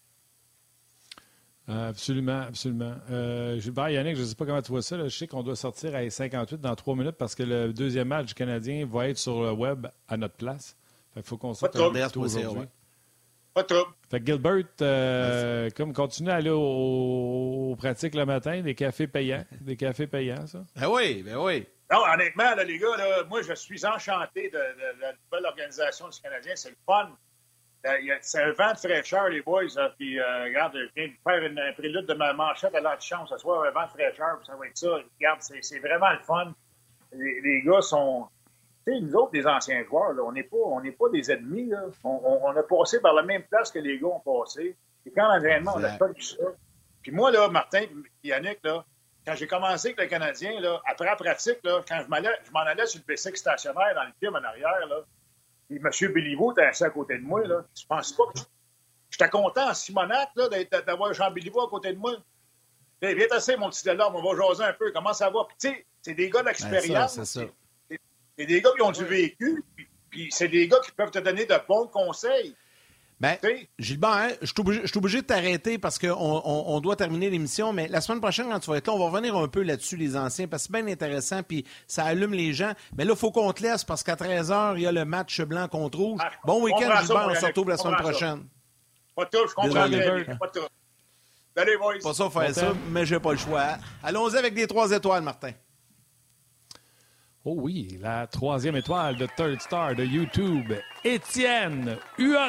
Euh, absolument, absolument. Euh, Gilbert, Yannick, je ne sais pas comment tu vois ça. Là. Je sais qu'on doit sortir à cinquante-huit dans trois minutes parce que le deuxième match du Canadien va être sur le web à notre place. Il faut qu'on sorte un peu aujourd'hui. Pas de trouble. Fait que Gilbert, euh, comme continue à aller aux, aux pratiques le matin, des cafés payants. Des cafés payants, ça? Ben oui, ben oui. Non, honnêtement, là, les gars, là, moi, je suis enchanté de, de, de la nouvelle organisation du Canadien. C'est le fun. C'est un vent de fraîcheur, les boys. Là, puis, euh, regarde, je viens de faire une, un prélude de ma manchette à l'antichambre. Ce soir, un vent de fraîcheur, puis ça va être ça. Regarde, c'est, c'est vraiment le fun. Les, les gars sont... Tu sais, nous autres, les anciens joueurs, là, on n'est pas, on n'est pas des ennemis. Là. On, on, on a passé par la même place que les gars ont passé. Et quand l'entraînement, on n'a pas eu ça. Puis moi, là, Martin et Yannick, là, quand j'ai commencé avec le Canadien, là, après la pratique, là, quand je, m'allais, je m'en allais sur le bicycle stationnaire dans le film en arrière, là, puis M. Béliveau était assis à côté de moi, là, tu penses pas que... J'étais content en Simonac, là, d'avoir Jean Béliveau à côté de moi. Hey, viens t'asseoir, mon petit Delorme, on va jaser un peu. Comment ça va? Puis tu sais, c'est des gars d'expérience. Ben ça, c'est ça. C'est des gars qui ont du vécu, puis, puis c'est des gars qui peuvent te donner de bons conseils. Bien, Gilbert, hein, je suis obligé, obligé de t'arrêter parce qu'on on, on doit terminer l'émission, mais la semaine prochaine, quand tu vas être là, on va revenir un peu là-dessus, les anciens, parce que c'est bien intéressant, puis ça allume les gens. Mais là, il faut qu'on te laisse parce qu'à treize heures, il y a le match blanc contre rouge. Ah, bon week-end, Gilbert, on se retrouve la semaine prochaine. Pas de tout, je comprends bien. Pas de tout. Salut, boys. Pas ça faire ça, mais j'ai pas le choix. Allons-y avec des trois étoiles, Martin. Oh oui, la troisième étoile de Third Star de YouTube, Étienne Huot.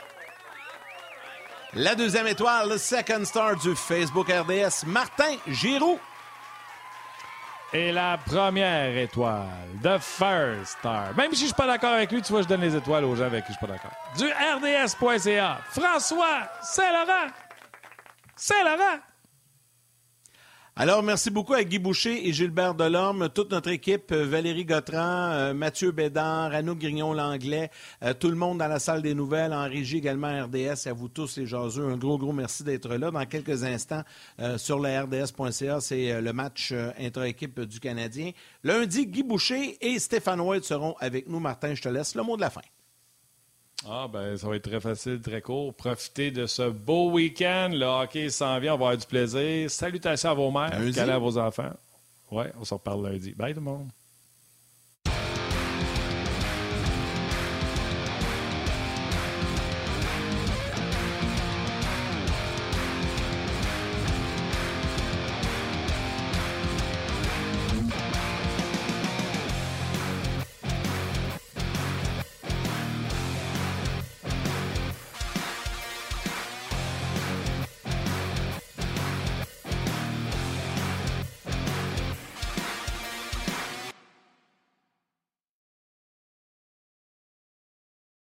La deuxième étoile, le Second Star du Facebook R D S, Martin Giroux. Et la première étoile, The First Star. Même si je ne suis pas d'accord avec lui, tu vois, je donne les étoiles aux gens avec qui je ne suis pas d'accord. Du R D S point C A, François Saint-Laurent. Saint-Laurent. Alors, merci beaucoup à Guy Boucher et Gilbert Delorme, toute notre équipe, Valérie Gautran, euh, Mathieu Bédard, Anouk Grignon-Langlais, euh, tout le monde dans la salle des nouvelles, en régie également R D S, et à vous tous les jaseux, un gros, gros merci d'être là. Dans quelques instants, euh, sur le R D S point C A, c'est euh, le match euh, intra-équipe du Canadien. Lundi, Guy Boucher et Stéphane White seront avec nous. Martin, je te laisse le mot de la fin. Ah, ben, ça va être très facile, très court. Profitez de ce beau week-end. Le hockey s'en vient, on va avoir du plaisir. Salutations à vos mères, câlins à vos enfants. Ouais, on se reparle lundi. Bye tout le monde.